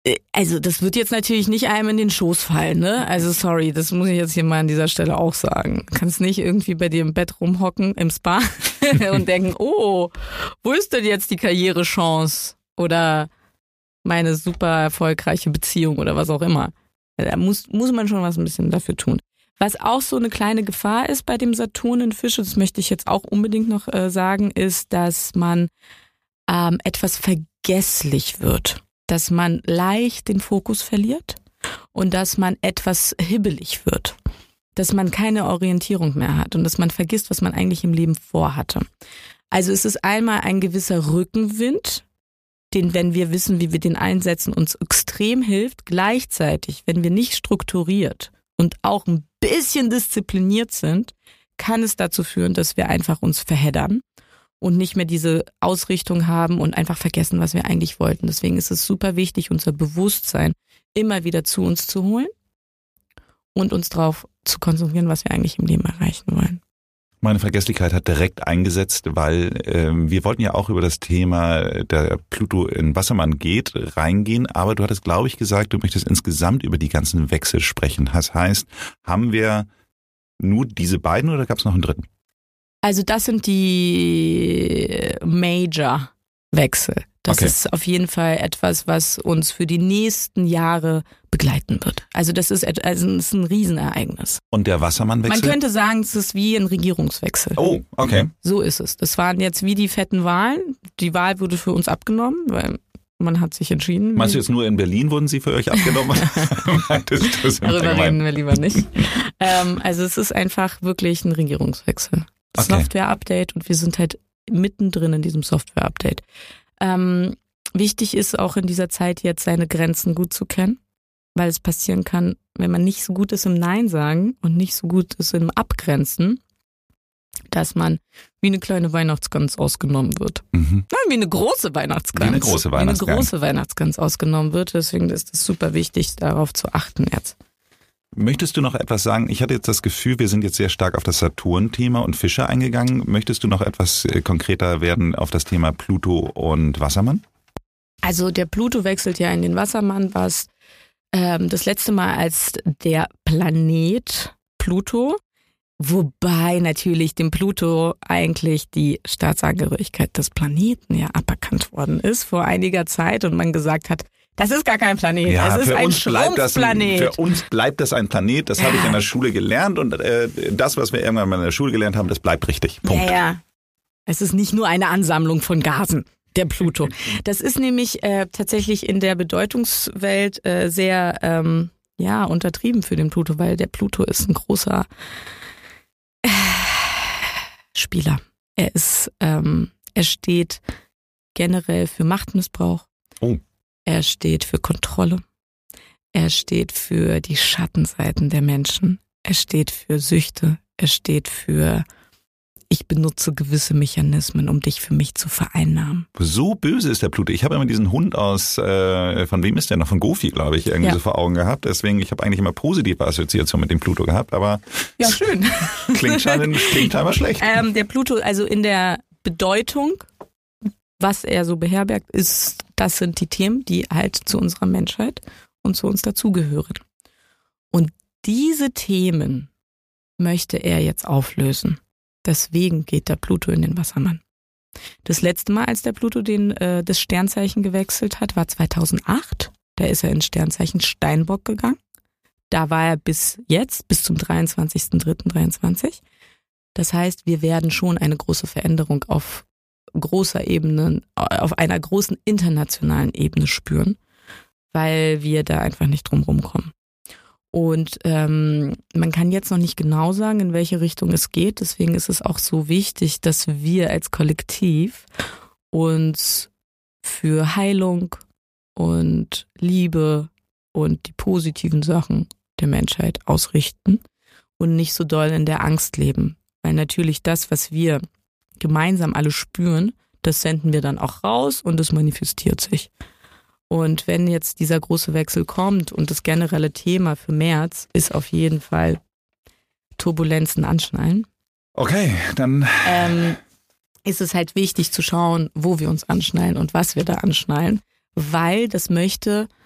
Also das wird jetzt natürlich nicht einem in den Schoß fallen, ne? Also sorry, das muss ich jetzt hier mal an dieser Stelle auch sagen. Du kannst nicht irgendwie bei dir im Bett rumhocken im Spa und denken, oh, wo ist denn jetzt die Karrierechance oder meine super erfolgreiche Beziehung oder was auch immer. Da muss man schon was ein bisschen dafür tun. Was auch so eine kleine Gefahr ist bei dem Saturn in Fische, das möchte ich jetzt auch unbedingt noch sagen, ist, dass man etwas vergesslich wird. Dass man leicht den Fokus verliert und dass man etwas hibbelig wird. Dass man keine Orientierung mehr hat und dass man vergisst, was man eigentlich im Leben vorhatte. Also es ist einmal ein gewisser Rückenwind, den, wenn wir wissen, wie wir den einsetzen, uns extrem hilft. Gleichzeitig, wenn wir nicht strukturiert und auch ein bisschen diszipliniert sind, kann es dazu führen, dass wir einfach uns verheddern und nicht mehr diese Ausrichtung haben und einfach vergessen, was wir eigentlich wollten. Deswegen ist es super wichtig, unser Bewusstsein immer wieder zu uns zu holen und uns darauf zu konzentrieren, was wir eigentlich im Leben erreichen wollen. Meine Vergesslichkeit hat direkt eingesetzt, weil wir wollten ja auch über das Thema, der Pluto in Wassermann geht, reingehen. Aber du hattest, glaube ich, gesagt, du möchtest insgesamt über die ganzen Wechsel sprechen. Das heißt, haben wir nur diese beiden oder gab es noch einen dritten? Also das sind die Major-Wechsel. Das ist auf jeden Fall etwas, was uns für die nächsten Jahre begleiten wird. Also das ist ein Riesenereignis. Und der Wassermann-Wechsel? Man könnte sagen, es ist wie ein Regierungswechsel. Oh, okay. So ist es. Das waren jetzt wie die fetten Wahlen. Die Wahl wurde für uns abgenommen, weil man hat sich entschieden. Meinst du jetzt nur in Berlin wurden sie für euch abgenommen? Darüber reden wir lieber nicht. Also es ist einfach wirklich ein Regierungswechsel. Software-Update und wir sind halt mittendrin in diesem Software-Update. Wichtig ist auch in dieser Zeit jetzt seine Grenzen gut zu kennen, weil es passieren kann, wenn man nicht so gut ist im Nein sagen und nicht so gut ist im Abgrenzen, dass man wie eine kleine Weihnachtsgans ausgenommen wird. Mhm. Nein, wie eine große Weihnachtsgans. Wie eine große Weihnachtsgans ausgenommen wird. Deswegen ist es super wichtig, darauf zu achten jetzt. Möchtest du noch etwas sagen? Ich hatte jetzt das Gefühl, wir sind jetzt sehr stark auf das Saturn-Thema und Fische eingegangen. Möchtest du noch etwas konkreter werden auf das Thema Pluto und Wassermann? Also der Pluto wechselt ja in den Wassermann, was das letzte Mal als der Planet Pluto, wobei natürlich dem Pluto eigentlich die Staatsangehörigkeit des Planeten ja aberkannt worden ist vor einiger Zeit und man gesagt hat, das ist gar kein Planet, ja, es ist ein Schrumpfplanet. Für uns bleibt das ein Planet, das habe ich in der Schule gelernt und das, was wir irgendwann mal in der Schule gelernt haben, das bleibt richtig. Punkt. Ja. Es ist nicht nur eine Ansammlung von Gasen, der Pluto. Das ist nämlich tatsächlich in der Bedeutungswelt sehr untertrieben für den Pluto, weil der Pluto ist ein großer Spieler. Er steht generell für Machtmissbrauch. Oh. Er steht für Kontrolle. Er steht für die Schattenseiten der Menschen. Er steht für Süchte. Er steht für, ich benutze gewisse Mechanismen, um dich für mich zu vereinnahmen. So böse ist der Pluto. Ich habe immer diesen Hund aus, von wem ist der noch? Von Goofy, glaube ich, irgendwie so vor Augen gehabt. Deswegen, ich habe eigentlich immer positive Assoziationen mit dem Pluto gehabt, aber ja, schön. Klingt scheinbar schlecht. Der Pluto, also in der Bedeutung, was er so beherbergt, das sind die Themen, die halt zu unserer Menschheit und zu uns dazugehören. Und diese Themen möchte er jetzt auflösen. Deswegen geht der Pluto in den Wassermann. Das letzte Mal, als der Pluto das Sternzeichen gewechselt hat, war 2008. Da ist er ins Sternzeichen Steinbock gegangen. Da war er bis zum 23.03.23. Das heißt, wir werden schon eine große Veränderung auf großer Ebene, auf einer großen internationalen Ebene spüren, weil wir da einfach nicht drum rumkommen. Und man kann jetzt noch nicht genau sagen, in welche Richtung es geht. Deswegen ist es auch so wichtig, dass wir als Kollektiv uns für Heilung und Liebe und die positiven Sachen der Menschheit ausrichten und nicht so doll in der Angst leben. Weil natürlich das, was wir gemeinsam alle spüren, das senden wir dann auch raus und es manifestiert sich. Und wenn jetzt dieser große Wechsel kommt und das generelle Thema für März ist auf jeden Fall Turbulenzen anschnallen. Okay, dann ist es halt wichtig zu schauen, wo wir uns anschnallen und was wir da anschnallen, weil das möchte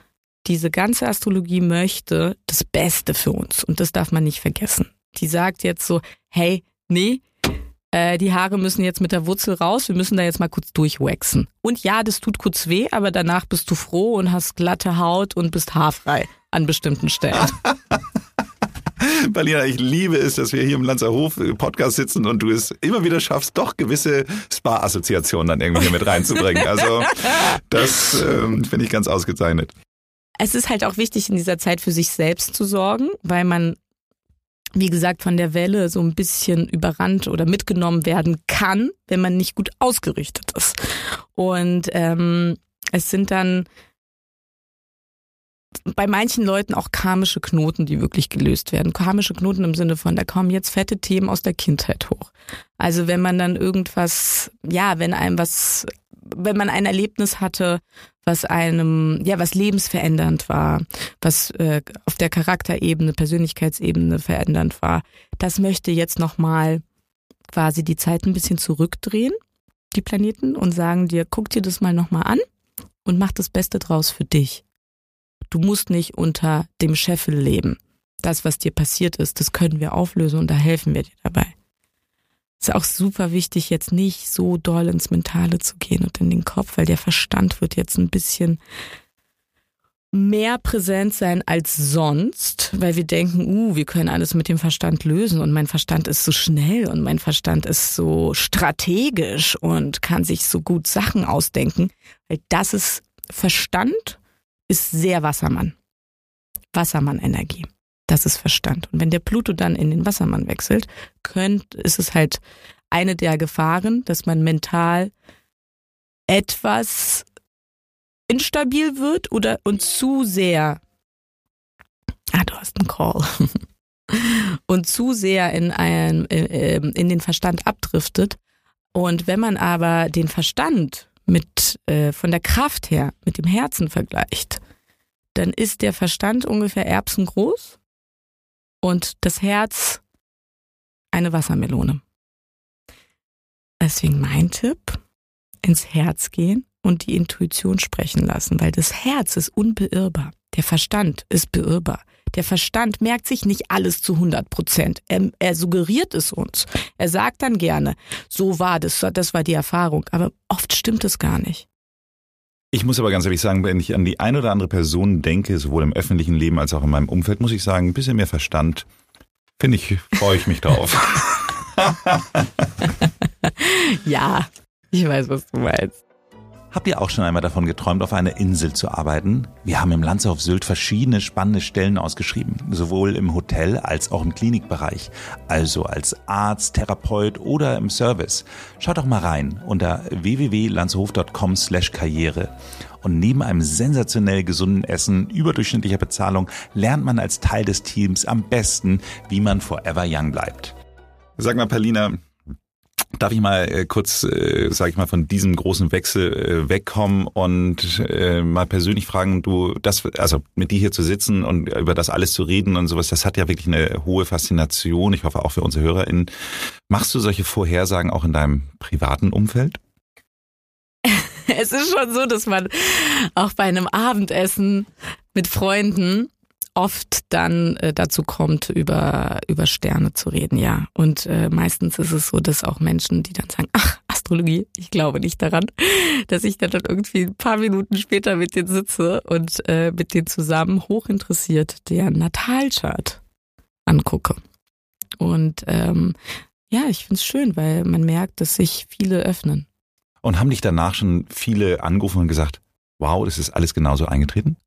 diese ganze Astrologie möchte das Beste für uns und das darf man nicht vergessen. Die sagt jetzt so, hey, nee, die Haare müssen jetzt mit der Wurzel raus, wir müssen da jetzt mal kurz durchwaxen. Und ja, das tut kurz weh, aber danach bist du froh und hast glatte Haut und bist haarfrei an bestimmten Stellen. Paulina, ich liebe es, dass wir hier im Lanzerhof Podcast sitzen und du es immer wieder schaffst, doch gewisse Spa-Assoziationen dann irgendwie hier mit reinzubringen. Also das finde ich ganz ausgezeichnet. Es ist halt auch wichtig, in dieser Zeit für sich selbst zu sorgen, weil man, wie gesagt, von der Welle so ein bisschen überrannt oder mitgenommen werden kann, wenn man nicht gut ausgerichtet ist. Und es sind dann bei manchen Leuten auch karmische Knoten, die wirklich gelöst werden. Karmische Knoten im Sinne von, da kommen jetzt fette Themen aus der Kindheit hoch. Also wenn man dann irgendwas, ja, wenn man ein Erlebnis hatte, was was lebensverändernd war, was auf der Charakterebene, Persönlichkeitsebene verändernd war, das möchte jetzt nochmal quasi die Zeit ein bisschen zurückdrehen, die Planeten, und sagen dir, guck dir das mal nochmal an und mach das Beste draus für dich. Du musst nicht unter dem Scheffel leben. Das, was dir passiert ist, das können wir auflösen und da helfen wir dir dabei. Es ist auch super wichtig, jetzt nicht so doll ins Mentale zu gehen und in den Kopf, weil der Verstand wird jetzt ein bisschen mehr präsent sein als sonst, weil wir denken, wir können alles mit dem Verstand lösen und mein Verstand ist so schnell und mein Verstand ist so strategisch und kann sich so gut Sachen ausdenken, weil das ist Verstand, ist sehr Wassermann. Wassermann-Energie. Das ist Verstand. Und wenn der Pluto dann in den Wassermann wechselt, ist es halt eine der Gefahren, dass man mental etwas instabil wird und zu sehr, du hast einen Call, und zu sehr in den Verstand abdriftet. Und wenn man aber den Verstand von der Kraft her mit dem Herzen vergleicht, dann ist der Verstand ungefähr erbsengroß und das Herz eine Wassermelone. Deswegen mein Tipp, ins Herz gehen und die Intuition sprechen lassen, weil das Herz ist unbeirrbar. Der Verstand ist beirrbar. Der Verstand merkt sich nicht alles zu 100%. Er suggeriert es uns. Er sagt dann gerne, so war das war die Erfahrung. Aber oft stimmt es gar nicht. Ich muss aber ganz ehrlich sagen, wenn ich an die ein oder andere Person denke, sowohl im öffentlichen Leben als auch in meinem Umfeld, muss ich sagen, ein bisschen mehr Verstand, freue ich mich drauf. Ja, ich weiß, was du meinst. Habt ihr auch schon einmal davon geträumt, auf einer Insel zu arbeiten? Wir haben im Lanzerhof Sylt verschiedene spannende Stellen ausgeschrieben, sowohl im Hotel als auch im Klinikbereich, also als Arzt, Therapeut oder im Service. Schaut doch mal rein unter www.lanzerhof.com/karriere. Und neben einem sensationell gesunden Essen, überdurchschnittlicher Bezahlung, lernt man als Teil des Teams am besten, wie man forever young bleibt. Sag mal, Paulina, darf ich mal kurz, von diesem großen Wechsel wegkommen und mal persönlich fragen, mit dir hier zu sitzen und über das alles zu reden und sowas, das hat ja wirklich eine hohe Faszination. Ich hoffe auch für unsere HörerInnen. Machst du solche Vorhersagen auch in deinem privaten Umfeld? Es ist schon so, dass man auch bei einem Abendessen mit Freunden oft dann dazu kommt, über Sterne zu reden, ja. Und meistens ist es so, dass auch Menschen, die dann sagen, ach, Astrologie, ich glaube nicht daran, dass ich dann irgendwie ein paar Minuten später mit denen sitze und mit denen zusammen hochinteressiert deren Natalchart angucke. Und ich finde es schön, weil man merkt, dass sich viele öffnen. Und haben dich danach schon viele angerufen und gesagt, wow, das ist alles genauso eingetreten?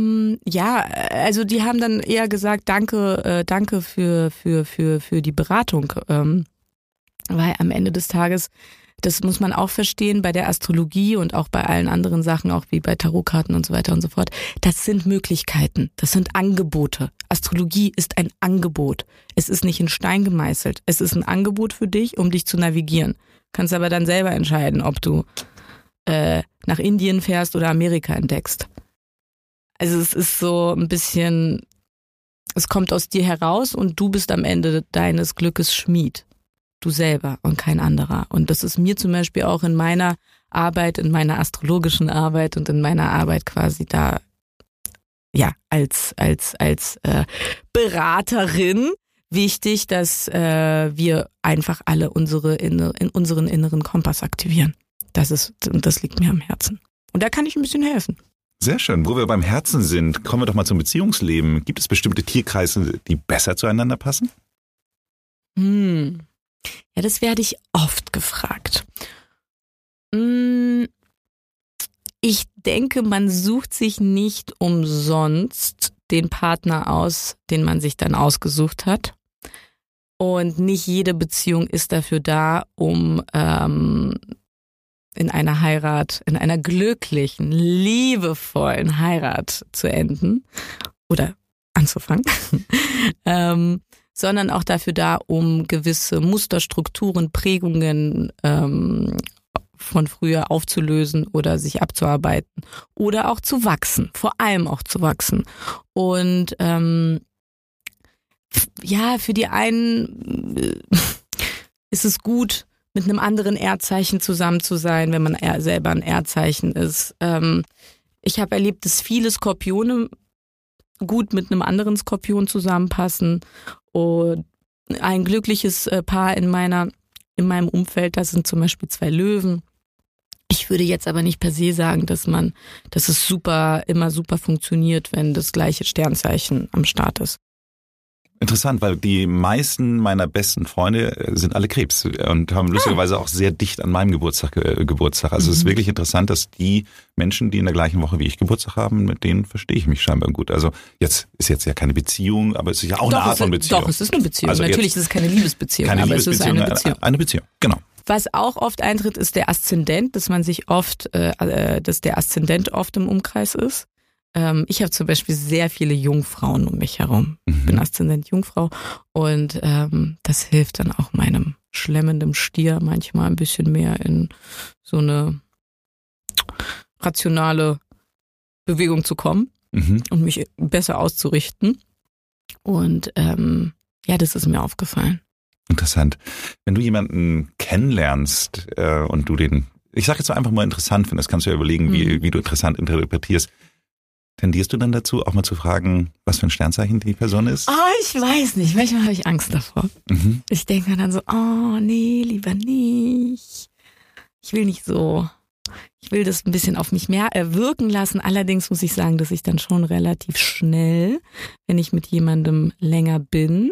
Also die haben dann eher gesagt, danke für die Beratung. Weil am Ende des Tages, das muss man auch verstehen, bei der Astrologie und auch bei allen anderen Sachen, auch wie bei Tarotkarten und so weiter und so fort, das sind Möglichkeiten, das sind Angebote. Astrologie ist ein Angebot. Es ist nicht in Stein gemeißelt. Es ist ein Angebot für dich, um dich zu navigieren. Kannst aber dann selber entscheiden, ob du nach Indien fährst oder Amerika entdeckst. Also es ist so ein bisschen, es kommt aus dir heraus und du bist am Ende deines Glückes Schmied. Du selber und kein anderer. Und das ist mir zum Beispiel auch in meiner Arbeit, in meiner astrologischen Arbeit und in meiner Arbeit quasi da als Beraterin wichtig, dass wir einfach alle unseren inneren Kompass aktivieren. Das liegt mir am Herzen. Und da kann ich ein bisschen helfen. Sehr schön. Wo wir beim Herzen sind, kommen wir doch mal zum Beziehungsleben. Gibt es bestimmte Tierkreise, die besser zueinander passen? Ja, das werde ich oft gefragt. Ich denke, man sucht sich nicht umsonst den Partner aus, den man sich dann ausgesucht hat. Und nicht jede Beziehung ist dafür da, um in einer glücklichen, liebevollen Heirat zu enden oder anzufangen, sondern auch dafür da, um gewisse Musterstrukturen, Prägungen von früher aufzulösen oder sich abzuarbeiten oder auch zu wachsen, vor allem auch zu wachsen. Und für die einen ist es gut, mit einem anderen Erdzeichen zusammen zu sein, wenn man selber ein Erdzeichen ist. Ich habe erlebt, dass viele Skorpione gut mit einem anderen Skorpion zusammenpassen. Und ein glückliches Paar in meinem Umfeld, das sind zum Beispiel 2 Löwen. Ich würde jetzt aber nicht per se sagen, dass es immer super funktioniert, wenn das gleiche Sternzeichen am Start ist. Interessant, weil die meisten meiner besten Freunde sind alle Krebs und haben lustigerweise auch sehr dicht an meinem Geburtstag. Also es ist wirklich interessant, dass die Menschen, die in der gleichen Woche wie ich Geburtstag haben, mit denen verstehe ich mich scheinbar gut. Also ist jetzt ja keine Beziehung, aber es ist ja auch eine Art von Beziehung. Doch, es ist eine Beziehung. Also natürlich ist es keine Liebesbeziehung, aber es ist eine Beziehung. Eine Beziehung, genau. Was auch oft eintritt, ist der Aszendent, dass der Aszendent oft im Umkreis ist. Ich habe zum Beispiel sehr viele Jungfrauen um mich herum. Ich bin Aszendent Jungfrau und das hilft dann auch meinem schlemmenden Stier manchmal ein bisschen mehr in so eine rationale Bewegung zu kommen und mich besser auszurichten. Und das ist mir aufgefallen. Interessant. Wenn du jemanden kennenlernst und du den, ich sage jetzt einfach mal interessant findest, kannst du ja überlegen, wie du interessant interpretierst. Tendierst du dann dazu, auch mal zu fragen, was für ein Sternzeichen die Person ist? Ich weiß nicht. Manchmal habe ich Angst davor. Ich denke mir dann so, nee, lieber nicht. Ich will das ein bisschen auf mich mehr wirken lassen. Allerdings muss ich sagen, dass ich dann schon relativ schnell, wenn ich mit jemandem länger bin,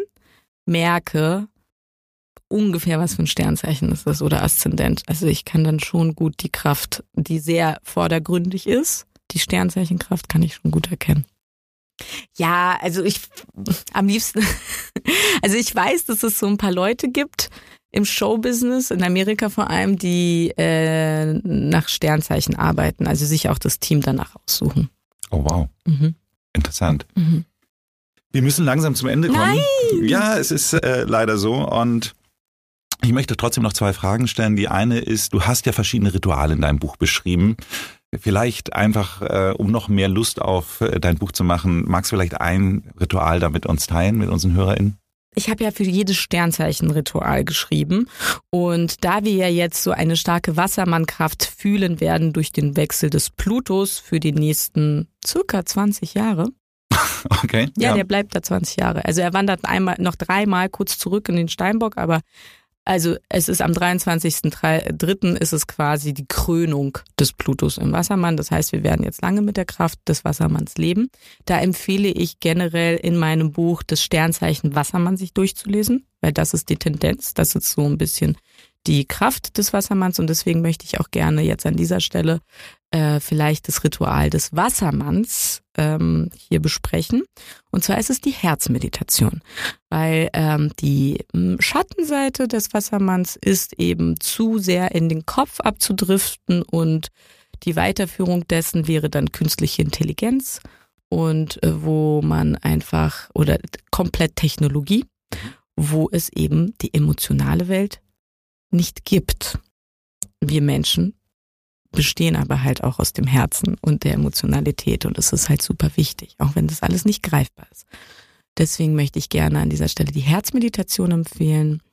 merke, ungefähr was für ein Sternzeichen ist das oder Aszendent. Also ich kann dann schon gut die Kraft, die sehr vordergründig ist, die Sternzeichenkraft kann ich schon gut erkennen. Ja, also am liebsten, also ich weiß, dass es so ein paar Leute gibt im Showbusiness, in Amerika vor allem, die nach Sternzeichen arbeiten, also sich auch das Team danach aussuchen. Oh wow, interessant. Wir müssen langsam zum Ende kommen. Nein! Ja, es ist leider so und ich möchte trotzdem noch 2 Fragen stellen. Die eine ist, du hast ja verschiedene Rituale in deinem Buch beschrieben. Vielleicht einfach, um noch mehr Lust auf dein Buch zu machen, magst du vielleicht ein Ritual da mit uns teilen, mit unseren HörerInnen? Ich habe ja für jedes Sternzeichen ein Ritual geschrieben und da wir ja jetzt so eine starke Wassermannkraft fühlen werden durch den Wechsel des Plutos für die nächsten circa 20 Jahre. Okay. Ja, der bleibt da 20 Jahre. Also er wandert noch 3-mal kurz zurück in den Steinbock, aber also es ist am 23.03. ist es quasi die Krönung des Plutos im Wassermann. Das heißt, wir werden jetzt lange mit der Kraft des Wassermanns leben. Da empfehle ich generell in meinem Buch das Sternzeichen Wassermann sich durchzulesen, weil das ist die Tendenz, das ist so ein bisschen die Kraft des Wassermanns und deswegen möchte ich auch gerne jetzt an dieser Stelle vielleicht das Ritual des Wassermanns hier besprechen. Und zwar ist es die Herzmeditation, weil die Schattenseite des Wassermanns ist eben zu sehr in den Kopf abzudriften und die Weiterführung dessen wäre dann künstliche Intelligenz und wo man einfach oder komplett Technologie, wo es eben die emotionale Welt nicht gibt. Wir Menschen bestehen aber halt auch aus dem Herzen und der Emotionalität und es ist halt super wichtig, auch wenn das alles nicht greifbar ist. Deswegen möchte ich gerne an dieser Stelle die Herzmeditation empfehlen.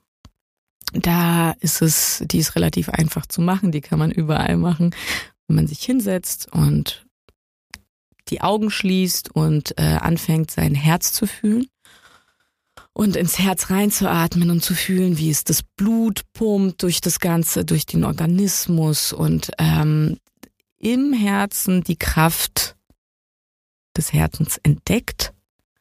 Die ist relativ einfach zu machen, die kann man überall machen, wenn man sich hinsetzt und die Augen schließt und anfängt, sein Herz zu fühlen und ins Herz reinzuatmen und zu fühlen, wie es das Blut pumpt durch das Ganze, durch den Organismus und im Herzen die Kraft des Herzens entdeckt.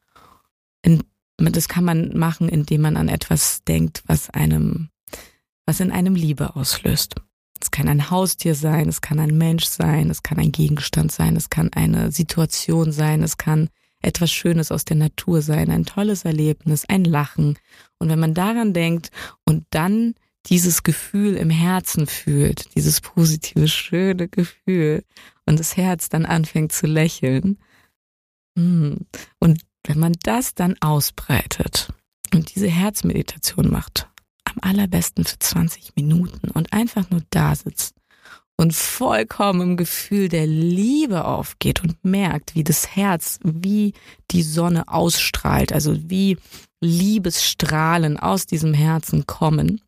Das kann man machen, indem man an etwas denkt, was in einem Liebe auslöst. Es kann ein Haustier sein, es kann ein Mensch sein, es kann ein Gegenstand sein, es kann eine Situation sein, es kann etwas Schönes aus der Natur sein, ein tolles Erlebnis, ein Lachen. Und wenn man daran denkt und dann dieses Gefühl im Herzen fühlt, dieses positive, schöne Gefühl und das Herz dann anfängt zu lächeln. Und wenn man das dann ausbreitet und diese Herzmeditation macht, am allerbesten für 20 Minuten und einfach nur da sitzt und vollkommen im Gefühl der Liebe aufgeht und merkt, wie das Herz, wie die Sonne ausstrahlt, also wie Liebesstrahlen aus diesem Herzen kommen,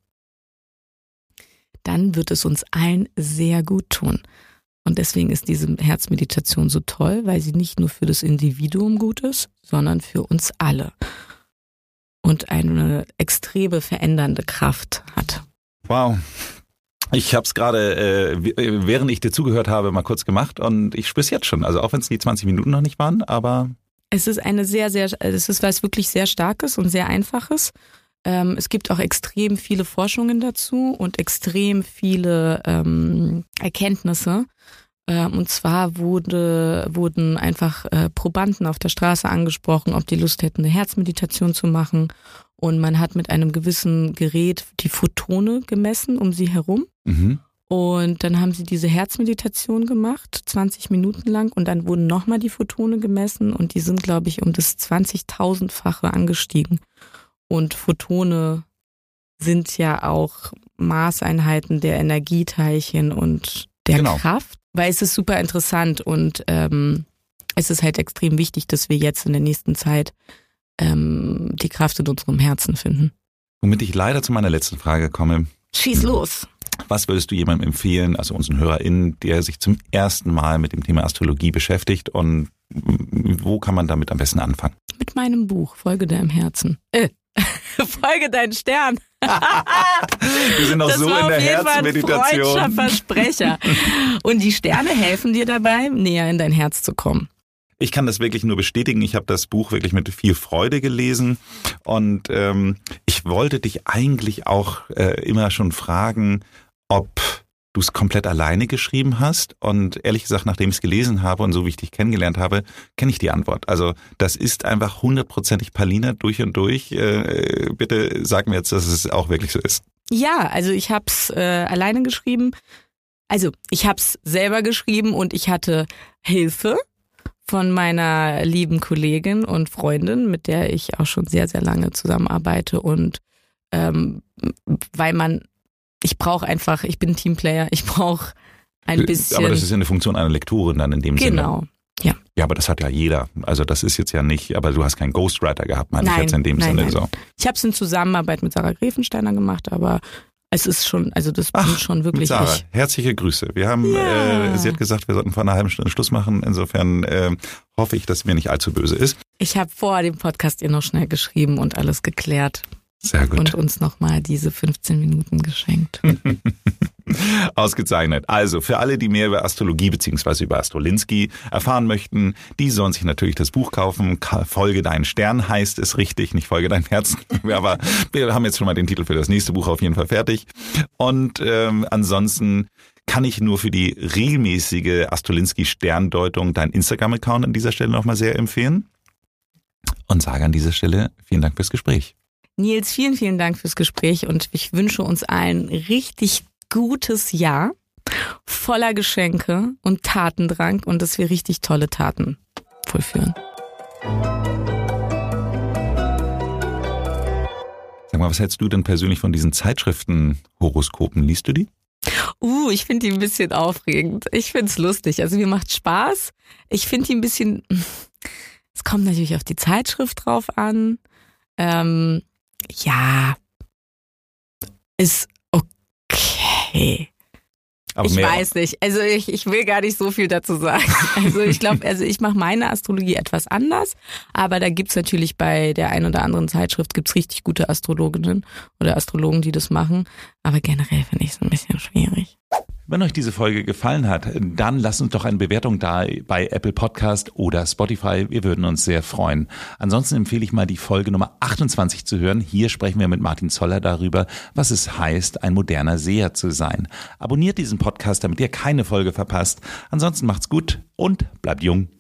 dann wird es uns allen sehr gut tun. Und deswegen ist diese Herzmeditation so toll, weil sie nicht nur für das Individuum gut ist, sondern für uns alle. Und eine extreme verändernde Kraft hat. Wow. Ich habe es gerade, während ich dir zugehört habe, mal kurz gemacht und ich spüre es jetzt schon. Also auch wenn es die 20 Minuten noch nicht waren, aber... Es ist es ist was wirklich sehr Starkes und sehr Einfaches. Es gibt auch extrem viele Forschungen dazu und extrem viele Erkenntnisse. Und zwar wurden einfach Probanden auf der Straße angesprochen, ob die Lust hätten, eine Herzmeditation zu machen. Und man hat mit einem gewissen Gerät die Photone gemessen um sie herum. Mhm. Und dann haben sie diese Herzmeditation gemacht, 20 Minuten lang. Und dann wurden nochmal die Photone gemessen und die sind, glaube ich, um das 20.000-fache angestiegen. Und Photone sind ja auch Maßeinheiten der Energieteilchen und der Kraft. Weil es ist super interessant und es ist halt extrem wichtig, dass wir jetzt in der nächsten Zeit die Kraft in unserem Herzen finden. Womit ich leider zu meiner letzten Frage komme. Schieß los! Was würdest du jemandem empfehlen, also unseren HörerInnen, der sich zum ersten Mal mit dem Thema Astrologie beschäftigt und wo kann man damit am besten anfangen? Mit meinem Buch, Folge deinem Herzen. Folge deinen Stern. Wir sind noch so in der Herzmeditation. Das war auf jeden Fall ein freudscher Versprecher. Und die Sterne helfen dir dabei, näher in dein Herz zu kommen. Ich kann das wirklich nur bestätigen. Ich habe das Buch wirklich mit viel Freude gelesen und ich wollte dich eigentlich auch immer schon fragen, ob du es komplett alleine geschrieben hast. Und ehrlich gesagt, nachdem ich es gelesen habe und so wie ich dich kennengelernt habe, kenne ich die Antwort. Also das ist einfach 100%ig Paulina durch und durch. Bitte sag mir jetzt, dass es auch wirklich so ist. Ja, also ich habe es alleine geschrieben. Also ich habe es selber geschrieben und ich hatte Hilfe von meiner lieben Kollegin und Freundin, mit der ich auch schon sehr, sehr lange zusammenarbeite. Und weil ich bin Teamplayer, ich brauche ein bisschen... Aber das ist ja eine Funktion einer Lektorin dann in dem Sinne. Genau, ja. Ja, aber das hat ja jeder. Also das ist jetzt ja nicht, aber du hast keinen Ghostwriter gehabt, meine ich jetzt in dem Sinne. Nein. So. Ich habe es in Zusammenarbeit mit Sarah Gräfensteiner gemacht, aber es ist schon, also das bin schon wirklich Sarah, ich. Herzliche Grüße. Wir haben, sie hat gesagt, wir sollten vor einer halben Stunde Schluss machen. Insofern hoffe ich, dass sie mir nicht allzu böse ist. Ich habe vor dem Podcast ihr noch schnell geschrieben und alles geklärt. Sehr gut. Und uns nochmal diese 15 Minuten geschenkt. Ausgezeichnet. Also für alle, die mehr über Astrologie bzw. über Astrolinski erfahren möchten, die sollen sich natürlich das Buch kaufen. Folge deinen Stern heißt es richtig, nicht Folge dein Herz. Aber wir haben jetzt schon mal den Titel für das nächste Buch auf jeden Fall fertig. Und ansonsten kann ich nur für die regelmäßige Astrolinski-Sterndeutung deinen Instagram-Account an dieser Stelle nochmal sehr empfehlen. Und sage an dieser Stelle vielen Dank fürs Gespräch. Nils, vielen, vielen Dank fürs Gespräch und ich wünsche uns allen richtig gutes Jahr, voller Geschenke und Tatendrang und dass wir richtig tolle Taten vollführen. Sag mal, was hältst du denn persönlich von diesen Zeitschriften-Horoskopen? Liest du die? Ich finde die ein bisschen aufregend. Ich finde es lustig. Also mir macht Spaß. Ich finde die ein bisschen, es kommt natürlich auf die Zeitschrift drauf an. Ja, ist okay. Aber ich weiß nicht. Also ich will gar nicht so viel dazu sagen. Also ich glaube, ich mache meine Astrologie etwas anders, aber da gibt's natürlich bei der einen oder anderen Zeitschrift gibt's richtig gute Astrologinnen oder Astrologen, die das machen. Aber generell finde ich es ein bisschen schwierig. Wenn euch diese Folge gefallen hat, dann lasst uns doch eine Bewertung da bei Apple Podcast oder Spotify. Wir würden uns sehr freuen. Ansonsten empfehle ich mal die Folge Nummer 28 zu hören. Hier sprechen wir mit Martin Zoller darüber, was es heißt, ein moderner Seher zu sein. Abonniert diesen Podcast, damit ihr keine Folge verpasst. Ansonsten macht's gut und bleibt jung.